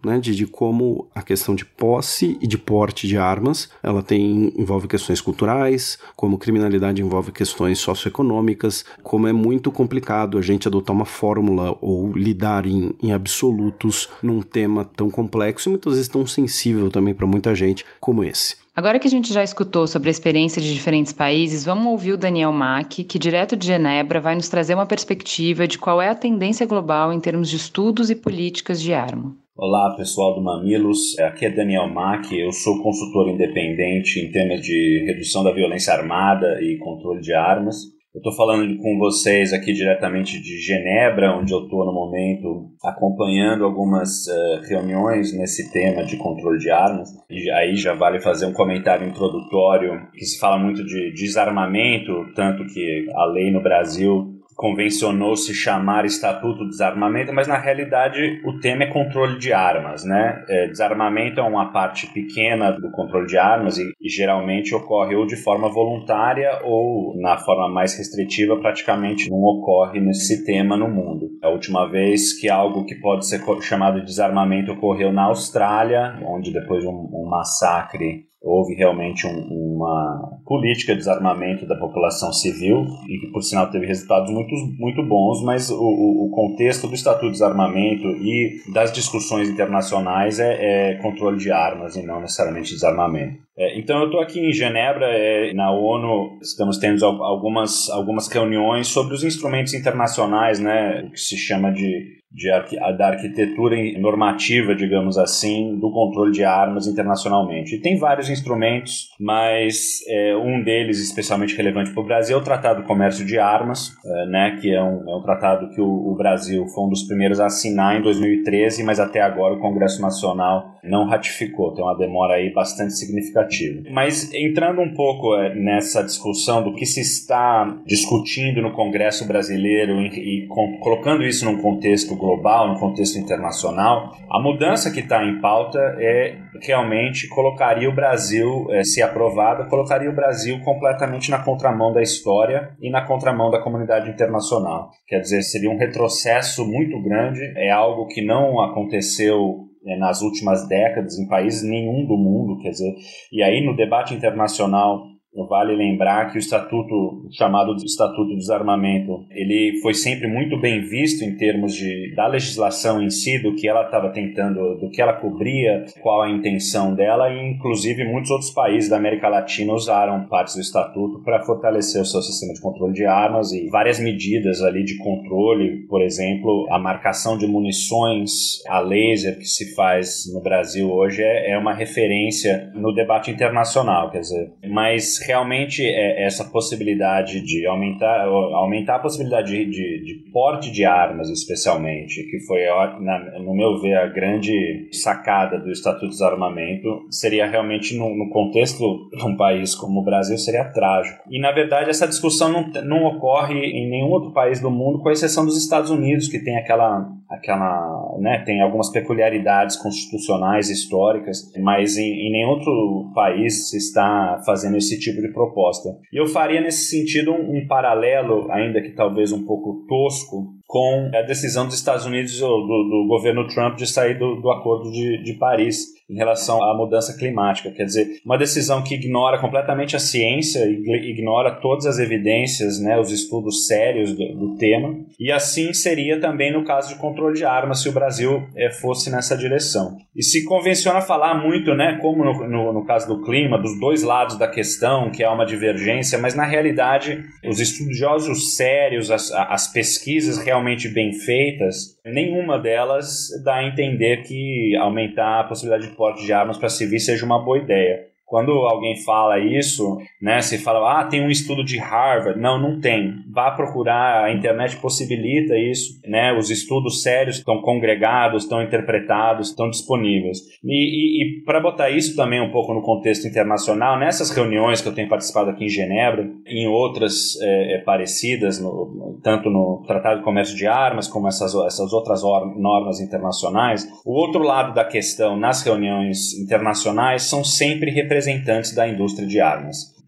né, de, de como a questão de posse e de porte de armas, ela tem, envolve questões culturais, como criminalidade envolve questões socioeconômicas, como é muito complicado a gente adotar uma fórmula ou lidar em, em absolutos num tema tão complexo e muitas vezes tão sensível também para muita gente como esse. Agora que a gente já escutou sobre a experiência de diferentes países, vamos ouvir o Daniel Mack, que direto de Genebra vai nos trazer uma perspectiva de qual é a tendência global em termos de estudos e políticas de arma. Olá, pessoal do Mamilos, aqui é Daniel Mack, eu sou consultor independente em temas de redução da violência armada e controle de armas. Eu estou falando com vocês aqui diretamente de Genebra, onde eu estou no momento acompanhando algumas uh, reuniões nesse tema de controle de armas. E aí já vale fazer um comentário introdutório, que se fala muito de desarmamento, tanto que a lei no Brasil convencionou se chamar Estatuto de Desarmamento, mas na realidade o tema é controle de armas, né? É, desarmamento é uma parte pequena do controle de armas e, e geralmente ocorre ou de forma voluntária ou na forma mais restritiva praticamente não ocorre nesse tema no mundo. A última vez que algo que pode ser chamado de desarmamento ocorreu na Austrália, onde depois de um, um massacre houve realmente um, uma política de desarmamento da população civil e que, por sinal, teve resultados muito, muito bons, mas o, o contexto do Estatuto de Desarmamento e das discussões internacionais é, é controle de armas e não necessariamente desarmamento. É, então, eu estou aqui em Genebra, é, na ONU, estamos tendo algumas, algumas reuniões sobre os instrumentos internacionais, né, o que se chama de De arqu- da arquitetura normativa, digamos assim, do controle de armas internacionalmente. E tem vários instrumentos, mas é, um deles especialmente relevante para o Brasil é o Tratado de Comércio de Armas, é, né, que é um, é um tratado que o, o Brasil foi um dos primeiros a assinar em dois mil e treze, mas até agora o Congresso Nacional não ratificou, tem uma demora aí bastante significativa. Mas entrando um pouco é, nessa discussão do que se está discutindo no Congresso brasileiro e, e com, colocando isso num contexto global, no contexto internacional, a mudança que está em pauta é realmente colocaria o Brasil, é, se aprovada, colocaria o Brasil completamente na contramão da história e na contramão da comunidade internacional. Quer dizer, seria um retrocesso muito grande, é algo que não aconteceu é, nas últimas décadas em países nenhum do mundo, quer dizer, e aí no debate internacional vale lembrar que o estatuto, chamado de Estatuto do Desarmamento, ele foi sempre muito bem visto em termos de, da legislação em si, do que ela estava tentando, do que ela cobria, qual a intenção dela, e inclusive muitos outros países da América Latina usaram partes do estatuto para fortalecer o seu sistema de controle de armas e várias medidas ali de controle, por exemplo, a marcação de munições a laser que se faz no Brasil hoje é, é uma referência no debate internacional, quer dizer, mas realmente é essa possibilidade de aumentar, aumentar a possibilidade de, de, de porte de armas, especialmente, que foi, na, no meu ver, a grande sacada do Estatuto de Desarmamento, seria realmente, no, no contexto de um país como o Brasil, seria trágico. E, na verdade, essa discussão não, não ocorre em nenhum outro país do mundo, com exceção dos Estados Unidos, que tem aquela... aquela né, tem algumas peculiaridades constitucionais históricas, mas em, em nenhum outro país se está fazendo esse tipo de proposta. E eu faria nesse sentido um, um paralelo, ainda que talvez um pouco tosco, com a decisão dos Estados Unidos, do, do governo Trump, de sair do, do Acordo de, de Paris em relação à mudança climática. Quer dizer, uma decisão que ignora completamente a ciência, ignora todas as evidências, né, os estudos sérios do, do tema, e assim seria também no caso de controle de armas, se o Brasil é, fosse nessa direção. E se convenciona falar muito, né, como no, no, no caso do clima, dos dois lados da questão, que há uma divergência, mas na realidade os estudiosos sérios, as, as pesquisas realmente bem feitas, nenhuma delas dá a entender que aumentar a possibilidade de porte de armas para civis seja uma boa ideia. Quando alguém fala isso, né, se fala, ah, tem um estudo de Harvard. Não, não tem. Vá procurar, a internet possibilita isso, né, os estudos sérios estão congregados, estão interpretados, estão disponíveis. E, e, e para botar isso também um pouco no contexto internacional, nessas reuniões que eu tenho participado aqui em Genebra, e em outras é, é, parecidas, no, tanto no Tratado de Comércio de Armas, como essas, essas outras normas internacionais, o outro lado da questão nas reuniões internacionais são sempre representantes representantes da indústria de armas.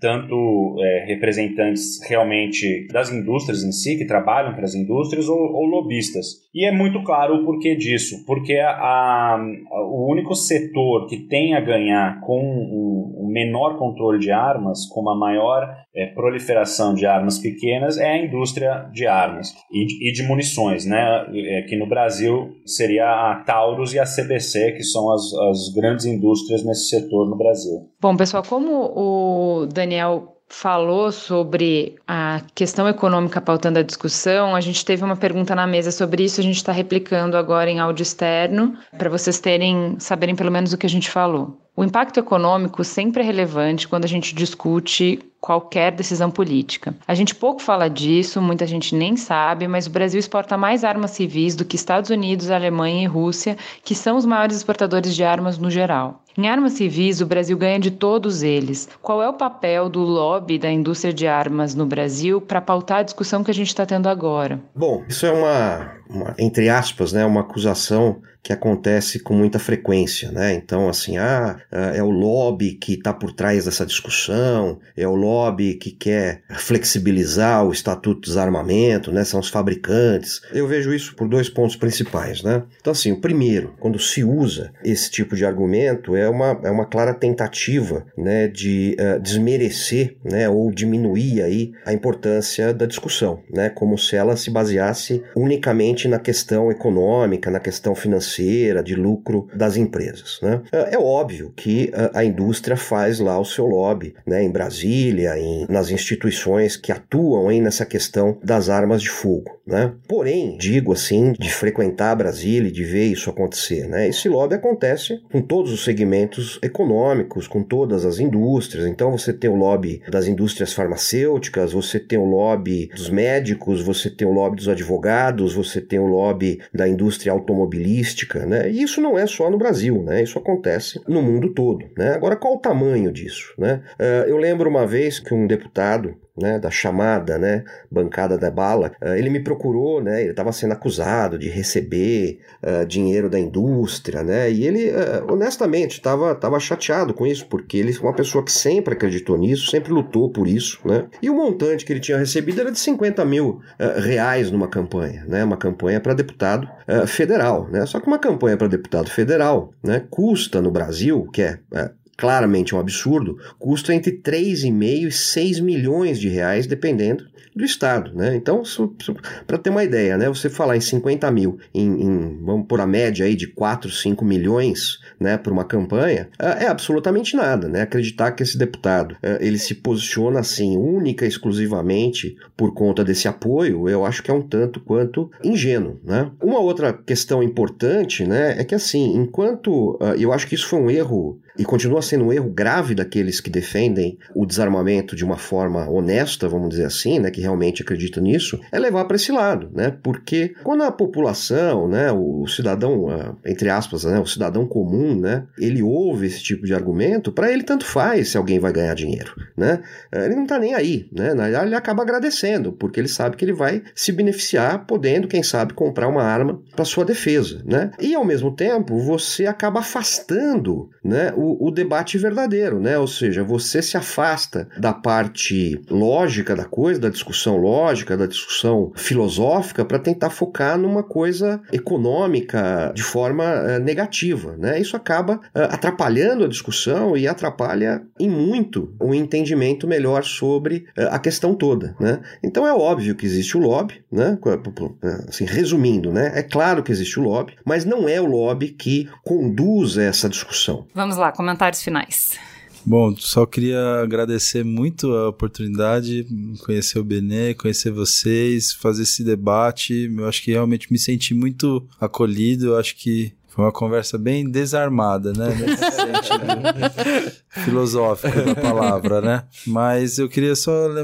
tanto é, representantes realmente das indústrias em si, que trabalham para as indústrias, ou, ou lobistas. E é muito claro o porquê disso, porque a, a, o único setor que tem a ganhar com um, um menor controle de armas, com uma maior é, proliferação de armas pequenas, é a indústria de armas e de, e de munições, né? É, que no Brasil seria a Taurus e a C B C, que são as, as grandes indústrias nesse setor no Brasil. Bom, pessoal, como o Daniel falou sobre a questão econômica pautando a discussão, a gente teve uma pergunta na mesa sobre isso, a gente está replicando agora em áudio externo, para vocês terem, saberem pelo menos o que a gente falou. O impacto econômico sempre é relevante quando a gente discute qualquer decisão política. A gente pouco fala disso, muita gente nem sabe, mas o Brasil exporta mais armas civis do que Estados Unidos, Alemanha e Rússia, que são os maiores exportadores de armas no geral. Em armas civis, o Brasil ganha de todos eles. Qual é o papel do lobby da indústria de armas no Brasil para pautar a discussão que a gente está tendo agora? Bom, isso é uma, uma, entre aspas, né, uma acusação que acontece com muita frequência, né? Então, assim, ah, é o lobby que está por trás dessa discussão, é o lobby que quer flexibilizar o Estatuto do Desarmamento, né? São os fabricantes. Eu vejo isso por dois pontos principais, né? Então, assim, o primeiro, quando se usa esse tipo de argumento, é uma, é uma clara tentativa, né, de uh, desmerecer, né, ou diminuir aí a importância da discussão, né? Como se ela se baseasse unicamente na questão econômica, na questão financeira, de lucro das empresas, né? É óbvio que a indústria faz lá o seu lobby, né, em Brasília, em, nas instituições que atuam aí nessa questão das armas de fogo, né? Porém, digo assim, de frequentar Brasília e de ver isso acontecer, né? Esse lobby acontece com todos os segmentos econômicos, com todas as indústrias. Então você tem o lobby das indústrias farmacêuticas, você tem o lobby dos médicos, você tem o lobby dos advogados, você tem o lobby da indústria automobilística, né? E isso não é só no Brasil, né? Isso acontece no mundo todo, né? Agora, qual o tamanho disso, né? Uh, eu lembro uma vez que um deputado, né, da chamada, né, bancada da bala, uh, ele me procurou, né, ele estava sendo acusado de receber uh, dinheiro da indústria, né, e ele, uh, honestamente, estava tava chateado com isso, porque ele é uma pessoa que sempre acreditou nisso, sempre lutou por isso, né, e o montante que ele tinha recebido era de cinquenta mil uh, reais numa campanha, né, uma campanha para deputado uh, federal, né, só que uma campanha para deputado federal, né, custa no Brasil, que é... Uh, claramente um absurdo, custa entre três vírgula cinco e seis milhões de reais, dependendo do estado, né? Então, para ter uma ideia, né? Você falar em cinquenta mil, em, em, vamos pôr a média aí de quatro, cinco milhões, né, para uma campanha, é absolutamente nada, né? Acreditar que esse deputado, ele se posiciona assim, única e exclusivamente por conta desse apoio, eu acho que é um tanto quanto ingênuo, né? Uma outra questão importante, né, é que assim, enquanto, eu acho que isso foi um erro, e continua sendo um erro grave daqueles que defendem o desarmamento de uma forma honesta, vamos dizer assim, né, que realmente acredita nisso, é levar para esse lado, né, porque quando a população, né, o cidadão, entre aspas, né, o cidadão comum, né, ele ouve esse tipo de argumento, para ele tanto faz se alguém vai ganhar dinheiro, né, ele não tá nem aí, né, ele acaba agradecendo, porque ele sabe que ele vai se beneficiar, podendo, quem sabe, comprar uma arma para sua defesa, né, e ao mesmo tempo você acaba afastando, né, o O, o debate verdadeiro, né? Ou seja, você se afasta da parte lógica da coisa, da discussão lógica, da discussão filosófica, para tentar focar numa coisa econômica de forma uh, negativa, né? Isso acaba uh, atrapalhando a discussão e atrapalha em muito o entendimento melhor sobre uh, a questão toda, né? Então é óbvio que existe o lobby, né? Assim, resumindo, né? É claro que existe o lobby, mas não é o lobby que conduz essa discussão. Vamos lá, comentários finais. Bom, só queria agradecer muito a oportunidade, conhecer o Benê, conhecer vocês, fazer esse debate. Eu acho que realmente me senti muito acolhido, eu acho que foi uma conversa bem desarmada, né? Nesse sentido filosófico da palavra, né? Mas eu queria só lembrar,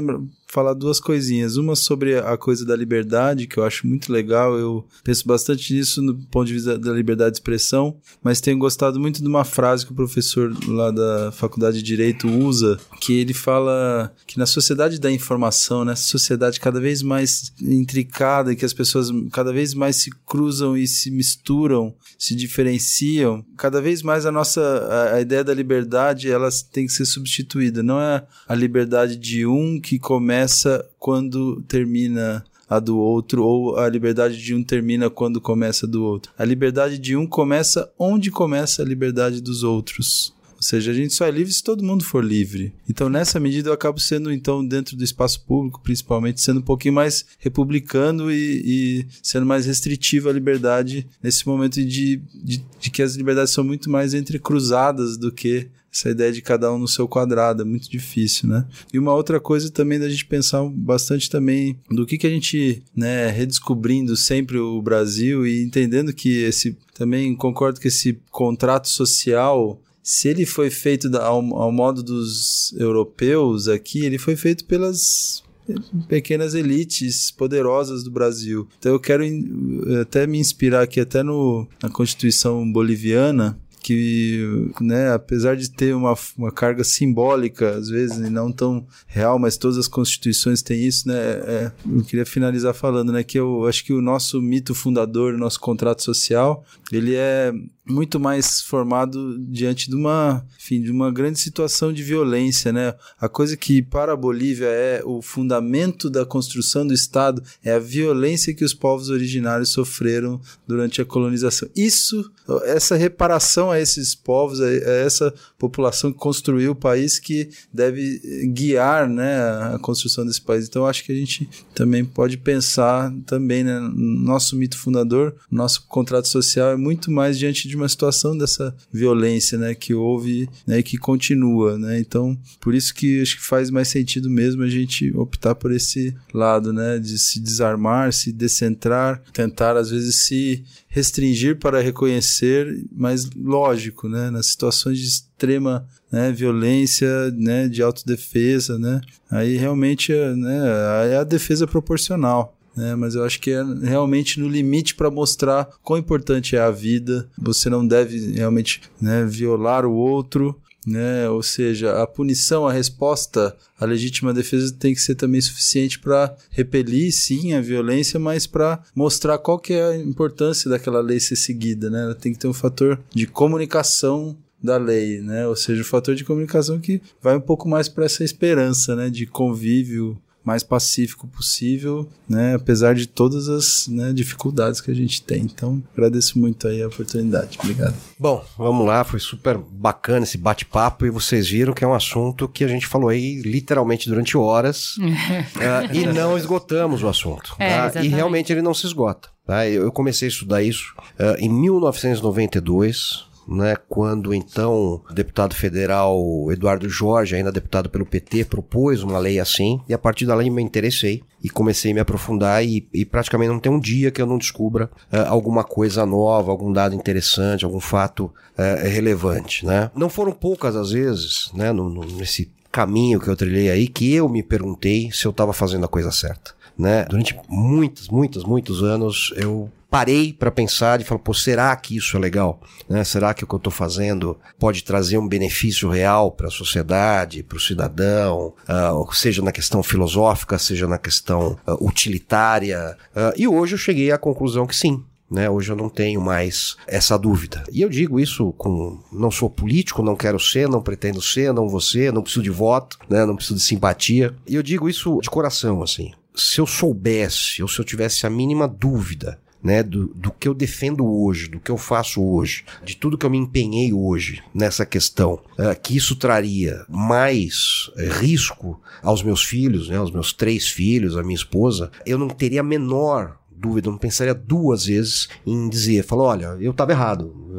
falar duas coisinhas. Uma sobre a coisa da liberdade, que eu acho muito legal. Eu penso bastante nisso no ponto de vista da liberdade de expressão, mas tenho gostado muito de uma frase que o professor lá da Faculdade de Direito usa, que ele fala que na sociedade da informação, nessa sociedade cada vez mais intricada, que as pessoas cada vez mais se cruzam e se misturam, se diferenciam, cada vez mais a nossa a, a ideia da liberdade, ela tem que ser substituída. Não é a liberdade de um que começa quando termina a do outro, ou a liberdade de um termina quando começa a do outro. A liberdade de um começa onde começa a liberdade dos outros. Ou seja, a gente só é livre se todo mundo for livre. Então, nessa medida, eu acabo sendo, então, dentro do espaço público, principalmente, sendo um pouquinho mais republicano e, e sendo mais restritivo à liberdade nesse momento de, de, de que as liberdades são muito mais entrecruzadas do que essa ideia de cada um no seu quadrado, é muito difícil, né? E uma outra coisa também da gente pensar bastante também do que que a gente, né, redescobrindo sempre o Brasil e entendendo que esse, também concordo que esse contrato social, se ele foi feito da, ao, ao modo dos europeus aqui, ele foi feito pelas pequenas elites poderosas do Brasil. Então eu quero até me inspirar aqui até no, na Constituição boliviana, que, né, apesar de ter uma, uma carga simbólica, às vezes, e não tão real, mas todas as constituições têm isso, né, é, eu queria finalizar falando, né, que eu acho que o nosso mito fundador, o nosso contrato social, ele é muito mais formado diante de uma, enfim, de uma grande situação de violência, né? A coisa que para a Bolívia é o fundamento da construção do Estado é a violência que os povos originários sofreram durante a colonização. Isso, essa reparação a esses povos, a essa população que construiu o país, que deve guiar, né, a construção desse país. Então, eu acho que a gente também pode pensar também, né, nosso mito fundador, nosso contrato social é muito mais diante de uma situação dessa violência, né, que houve, né, e que continua, né? Então, por isso que acho que faz mais sentido mesmo a gente optar por esse lado, né, de se desarmar, se descentrar, tentar às vezes se restringir para reconhecer, mas lógico, né, nas situações de extrema, né, violência, né, de autodefesa, né, aí realmente, né, é a defesa proporcional. É, mas eu acho que é realmente no limite para mostrar quão importante é a vida. Você não deve realmente, né, violar o outro, né? Ou seja, a punição, a resposta à legítima defesa tem que ser também suficiente para repelir, sim, a violência, mas para mostrar qual que é a importância daquela lei ser seguida, né? Ela tem que ter um fator de comunicação da lei, né? Ou seja, o fator de comunicação que vai um pouco mais para essa esperança, né, de convívio mais pacífico possível, né, apesar de todas as, né, dificuldades que a gente tem. Então, agradeço muito aí a oportunidade. Obrigado. Bom, vamos lá, foi super bacana esse bate-papo e vocês viram que é um assunto que a gente falou aí literalmente durante horas uh, e não esgotamos o assunto. É, tá? E realmente ele não se esgota. Tá? Eu comecei a estudar isso uh, em mil novecentos e noventa e dois, né, quando então o deputado federal Eduardo Jorge, ainda deputado pelo P T, propôs uma lei assim, e a partir da lei me interessei e comecei a me aprofundar e, e praticamente não tem um dia que eu não descubra uh, alguma coisa nova, algum dado interessante, algum fato uh, relevante, né? Não foram poucas as vezes, né, no, no, nesse caminho que eu trilhei aí, que eu me perguntei se eu estava fazendo a coisa certa, né? Durante muitos, muitos, muitos anos eu parei para pensar e falar, pô, será que isso é legal? Né? Será que o que eu estou fazendo pode trazer um benefício real para a sociedade, para o cidadão, uh, seja na questão filosófica, seja na questão uh, utilitária? Uh, e hoje eu cheguei à conclusão que sim. Né? Hoje eu não tenho mais essa dúvida. E eu digo isso com... Não sou político, não quero ser, não pretendo ser, não vou ser, não preciso de voto, né? Não preciso de simpatia. E eu digo isso de coração, assim. Se eu soubesse, ou se eu tivesse a mínima dúvida, né, do, do que eu defendo hoje, do que eu faço hoje, de tudo que eu me empenhei hoje nessa questão, uh, que isso traria mais uh, risco aos meus filhos, né, aos meus três filhos, à minha esposa, eu não teria a menor dúvida, eu não pensaria duas vezes em dizer, falar, olha, eu estava errado, eu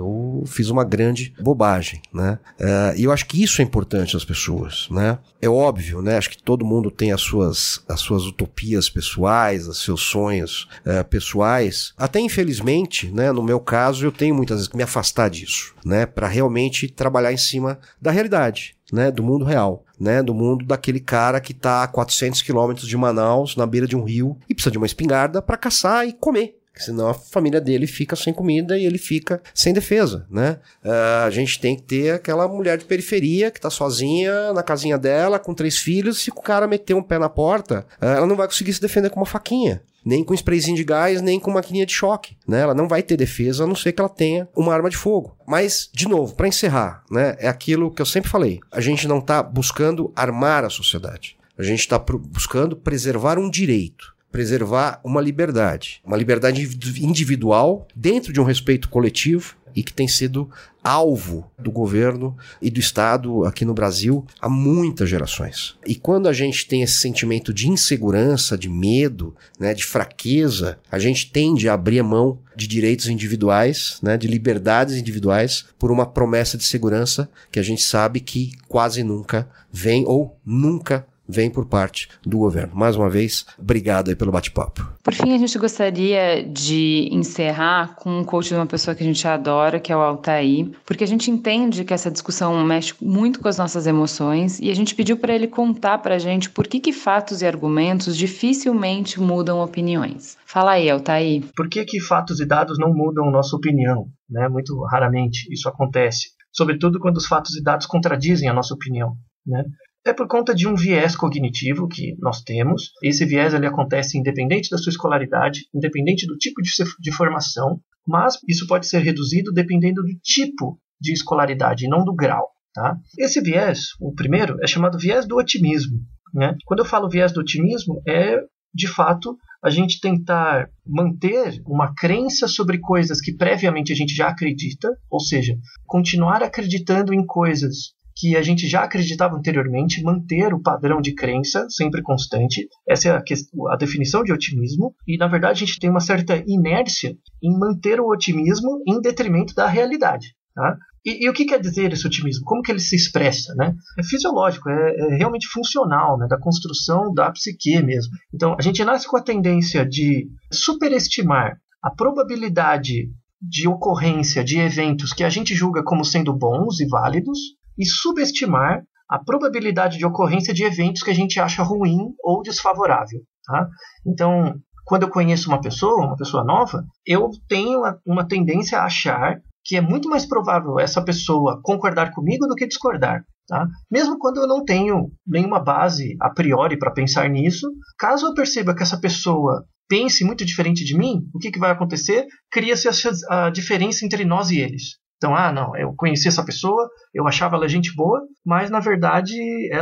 eu fiz uma grande bobagem, né? Uh, e eu acho que isso é importante às pessoas, né? É óbvio, né? Acho que todo mundo tem as suas, as suas utopias pessoais, os seus sonhos uh, pessoais. Até infelizmente, né? No meu caso, eu tenho muitas vezes que me afastar disso, né? Para realmente trabalhar em cima da realidade, né? Do mundo real, né? Do mundo daquele cara que tá a quatrocentos quilômetros de Manaus, na beira de um rio, e precisa de uma espingarda para caçar e comer. Senão a família dele fica sem comida e ele fica sem defesa, né? Uh, a gente tem que ter aquela mulher de periferia que tá sozinha na casinha dela, com três filhos, se o cara meter um pé na porta, uh, ela não vai conseguir se defender com uma faquinha. Nem com sprayzinho de gás, nem com maquininha de choque, né? Ela não vai ter defesa, a não ser que ela tenha uma arma de fogo. Mas, de novo, para encerrar, né? É aquilo que eu sempre falei. A gente não tá buscando armar a sociedade. A gente tá pr- buscando preservar um direito. Preservar uma liberdade, uma liberdade individual dentro de um respeito coletivo e que tem sido alvo do governo e do Estado aqui no Brasil há muitas gerações. E quando a gente tem esse sentimento de insegurança, de medo, né, de fraqueza, a gente tende a abrir a mão de direitos individuais, né, de liberdades individuais, por uma promessa de segurança que a gente sabe que quase nunca vem ou nunca vem por parte do governo. Mais uma vez, obrigado aí pelo bate-papo. Por fim, a gente gostaria de encerrar com um coach de uma pessoa que a gente adora, que é o Altair, porque a gente entende que essa discussão mexe muito com as nossas emoções e a gente pediu para ele contar para a gente por que, que fatos e argumentos dificilmente mudam opiniões. Fala aí, Altair. Por que, que fatos e dados não mudam nossa opinião? Né? Muito raramente isso acontece, sobretudo quando os fatos e dados contradizem a nossa opinião, né? É por conta de um viés cognitivo que nós temos. Esse viés ele acontece independente da sua escolaridade, independente do tipo de, de formação, mas isso pode ser reduzido dependendo do tipo de escolaridade, e não do grau. Tá? Esse viés, o primeiro, é chamado viés do otimismo. Né? Quando eu falo viés do otimismo, é, de fato, a gente tentar manter uma crença sobre coisas que previamente a gente já acredita, ou seja, continuar acreditando em coisas que a gente já acreditava anteriormente, manter o padrão de crença sempre constante. Essa é a, questão, a definição de otimismo. E, na verdade, a gente tem uma certa inércia em manter o otimismo em detrimento da realidade. Tá? E, e o que quer dizer esse otimismo? Como que ele se expressa? Né? É fisiológico, é, é realmente funcional, né? Da construção da psique mesmo. Então, a gente nasce com a tendência de superestimar a probabilidade de ocorrência de eventos que a gente julga como sendo bons e válidos, e subestimar a probabilidade de ocorrência de eventos que a gente acha ruim ou desfavorável. Tá? Então, quando eu conheço uma pessoa, uma pessoa nova, eu tenho uma tendência a achar que é muito mais provável essa pessoa concordar comigo do que discordar. Tá? Mesmo quando eu não tenho nenhuma base a priori para pensar nisso, caso eu perceba que essa pessoa pense muito diferente de mim, o que, que vai acontecer? Cria-se a diferença entre nós e eles. Então, ah, não, eu conheci essa pessoa, eu achava ela gente boa, mas na verdade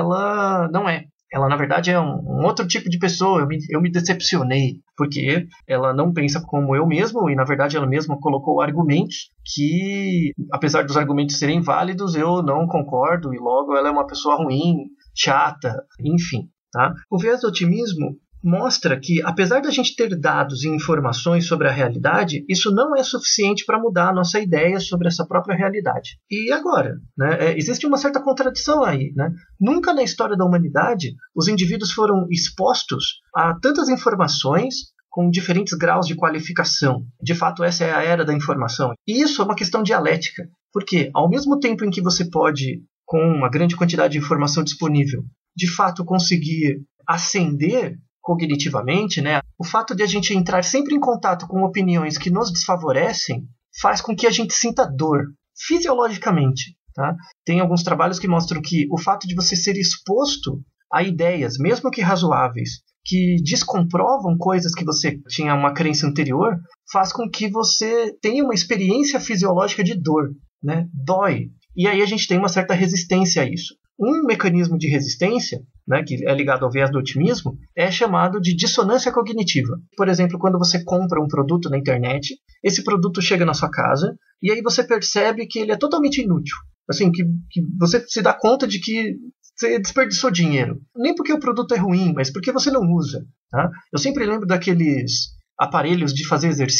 ela não é. Ela, na verdade, é um, um outro tipo de pessoa. Eu me, eu me decepcionei, porque ela não pensa como eu mesmo, e na verdade ela mesma colocou argumentos que, apesar dos argumentos serem válidos, eu não concordo, e logo ela é uma pessoa ruim, chata, enfim. Tá? O viés do otimismo mostra que, apesar da gente ter dados e informações sobre a realidade, isso não é suficiente para mudar a nossa ideia sobre essa própria realidade. E agora? Né, é, existe uma certa contradição aí. Né? Nunca na história da humanidade os indivíduos foram expostos a tantas informações com diferentes graus de qualificação. De fato, essa é a era da informação. E isso é uma questão dialética, porque ao mesmo tempo em que você pode, com uma grande quantidade de informação disponível, de fato conseguir ascender cognitivamente, né? O fato de a gente entrar sempre em contato com opiniões que nos desfavorecem faz com que a gente sinta dor, fisiologicamente. Tá? Tem alguns trabalhos que mostram que o fato de você ser exposto a ideias, mesmo que razoáveis, que descomprovam coisas que você tinha uma crença anterior, faz com que você tenha uma experiência fisiológica de dor. Né? Dói. E aí a gente tem uma certa resistência a isso. Um mecanismo de resistência, né, que é ligado ao viés do otimismo, é chamado de dissonância cognitiva. Por exemplo, quando você compra um produto na internet, esse produto chega na sua casa e aí você percebe que ele é totalmente inútil. Assim, que, que você se dá conta de que você desperdiçou dinheiro. Nem porque o produto é ruim, mas porque você não usa. Tá? Eu sempre lembro daqueles aparelhos de fazer exercício.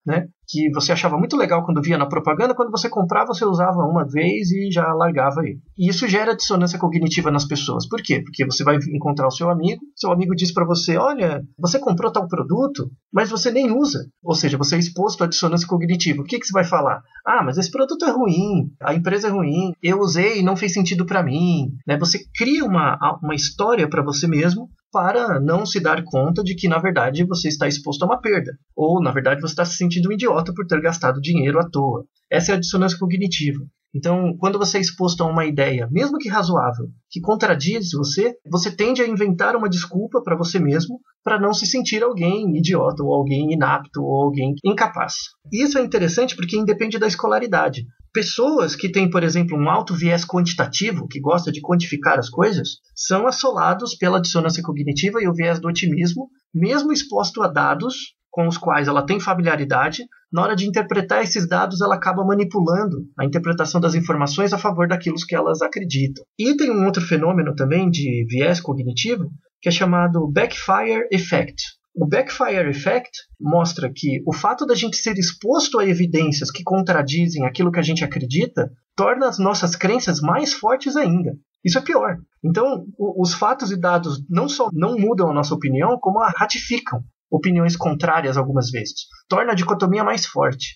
né? Que você achava muito legal quando via na propaganda, quando você comprava, você usava uma vez e já largava ele. E isso gera dissonância cognitiva nas pessoas. Por quê? Porque você vai encontrar o seu amigo, seu amigo diz para você, olha, você comprou tal produto, mas você nem usa. Ou seja, você é exposto à dissonância cognitiva. O que, que você vai falar? Ah, mas esse produto é ruim, a empresa é ruim, eu usei e não fez sentido para mim. Né? Você cria uma, uma história para você mesmo, para não se dar conta de que, na verdade, você está exposto a uma perda. Ou, na verdade, você está se sentindo um idiota por ter gastado dinheiro à toa. Essa é a dissonância cognitiva. Então, quando você é exposto a uma ideia, mesmo que razoável, que contradiz você, você tende a inventar uma desculpa para você mesmo para não se sentir alguém idiota, ou alguém inapto, ou alguém incapaz. E isso é interessante porque independe da escolaridade. Pessoas que têm, por exemplo, um alto viés quantitativo, que gosta de quantificar as coisas, são assolados pela dissonância cognitiva e o viés do otimismo, mesmo exposto a dados com os quais ela tem familiaridade. Na hora de interpretar esses dados, ela acaba manipulando a interpretação das informações a favor daquilo que elas acreditam. E tem um outro fenômeno também de viés cognitivo, que é chamado backfire effect. O backfire effect mostra que o fato da gente ser exposto a evidências que contradizem aquilo que a gente acredita torna as nossas crenças mais fortes ainda. Isso é pior. Então, o, os fatos e dados não só não mudam a nossa opinião, como a ratificam opiniões contrárias algumas vezes. Torna a dicotomia mais forte.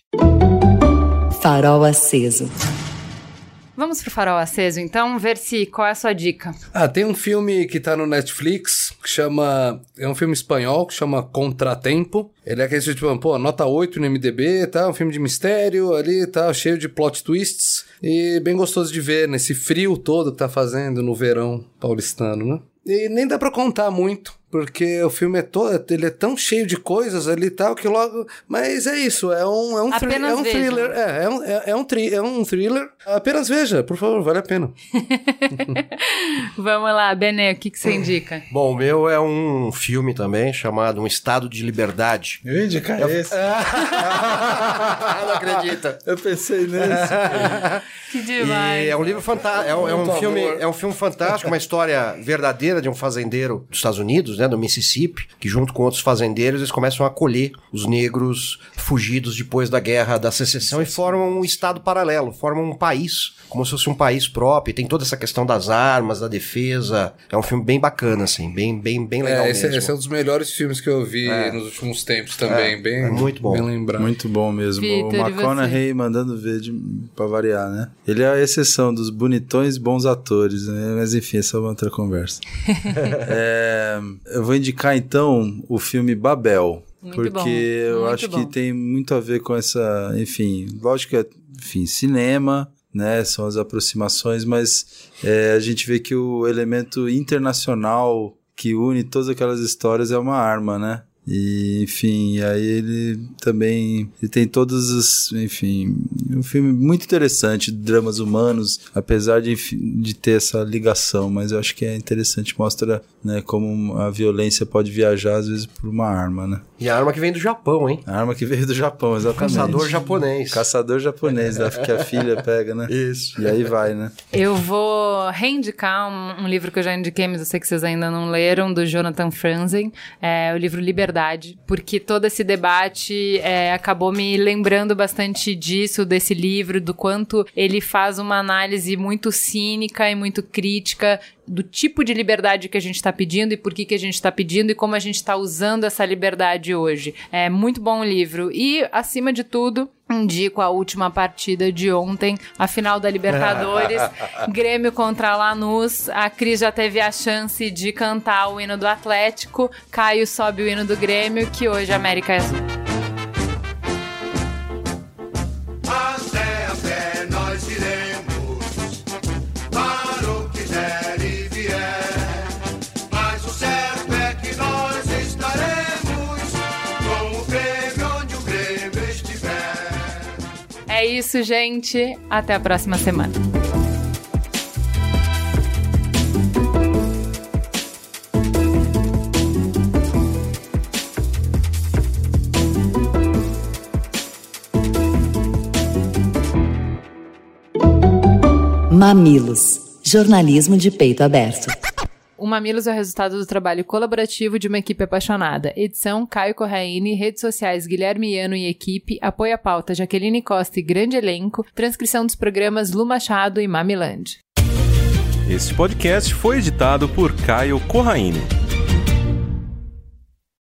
Farol aceso. Vamos pro Farol Aceso, então, ver se qual é a sua dica. Ah, tem um filme que tá no Netflix, que chama... É um filme espanhol, que chama Contratempo. Ele é aquele tipo, pô, nota oito no I M D B, tá? Um filme de mistério ali, tá? Cheio de plot twists. E bem gostoso de ver nesse frio todo que tá fazendo no verão paulistano, né? E nem dá pra contar muito, porque o filme é todo, ele é tão cheio de coisas ali e tal, que logo... Mas é isso, é um, é um, thri- é um thriller. É, é um, é, é, um tri- é um thriller. Apenas veja, por favor, vale a pena. Vamos lá, Benê, o que, que você indica? Bom, o meu é um filme também, chamado Um Estado de Liberdade. Eu ia indicar Eu... esse. Não acredita. Eu pensei nesse. Que demais. E é um livro fantástico, é, um, é, um filme, é um filme fantástico, uma história verdadeira de um fazendeiro dos Estados Unidos, né, do Mississippi, que junto com outros fazendeiros eles começam a acolher os negros fugidos depois da Guerra da Secessão e formam um estado paralelo, formam um país, como se fosse um país próprio. E tem toda essa questão das armas, da defesa. É um filme bem bacana, assim, bem, bem, bem legal é, esse, mesmo. Esse é um dos melhores filmes que eu vi é. nos últimos tempos também, é, bem, é muito bom. Bem lembrado. Muito bom mesmo. Victor, o McConaughey mandando ver de, pra variar, né? Ele é a exceção dos bonitões bons atores, né? Mas enfim, essa é uma outra conversa. é, eu vou indicar então o filme Babel. Muito porque bom, eu muito acho bom. que tem muito a ver com essa, enfim, lógico que é, enfim, cinema, né, são as aproximações, mas é, a gente vê que o elemento internacional que une todas aquelas histórias é uma arma, né? E, enfim, aí ele também ele tem todas as, enfim, um filme muito interessante, dramas humanos, apesar de, de ter essa ligação, mas eu acho que é interessante, mostra, né, como a violência pode viajar às vezes por uma arma, né? E a arma que vem do Japão, hein? A arma que veio do Japão, exatamente. Caçador japonês. Caçador japonês, né, que a filha pega, né? Isso. E aí vai, né? Eu vou reindicar um, um livro que eu já indiquei, mas eu sei que vocês ainda não leram, do Jonathan Franzen, é o livro Liberdade, porque todo esse debate é, acabou me lembrando bastante disso, desse livro, do quanto ele faz uma análise muito cínica e muito crítica do tipo de liberdade que a gente está pedindo e por que, que a gente está pedindo e como a gente está usando essa liberdade hoje. É muito bom o livro. E, acima de tudo, indico a última partida de ontem, a final da Libertadores, Grêmio contra Lanús. A Cris já teve a chance de cantar o hino do Atlético, Caio sobe o hino do Grêmio, que hoje a América é azul. É isso, gente. Até a próxima semana. Mamilos. Jornalismo de peito aberto. O Mamilos é o resultado do trabalho colaborativo de uma equipe apaixonada. Edição, Caio Corraine. Redes sociais, Guilherme Iano e equipe. Apoio à pauta, Jaqueline Costa e grande elenco. Transcrição dos programas Lu Machado e Mamilândia. Este podcast foi editado por Caio Corraine.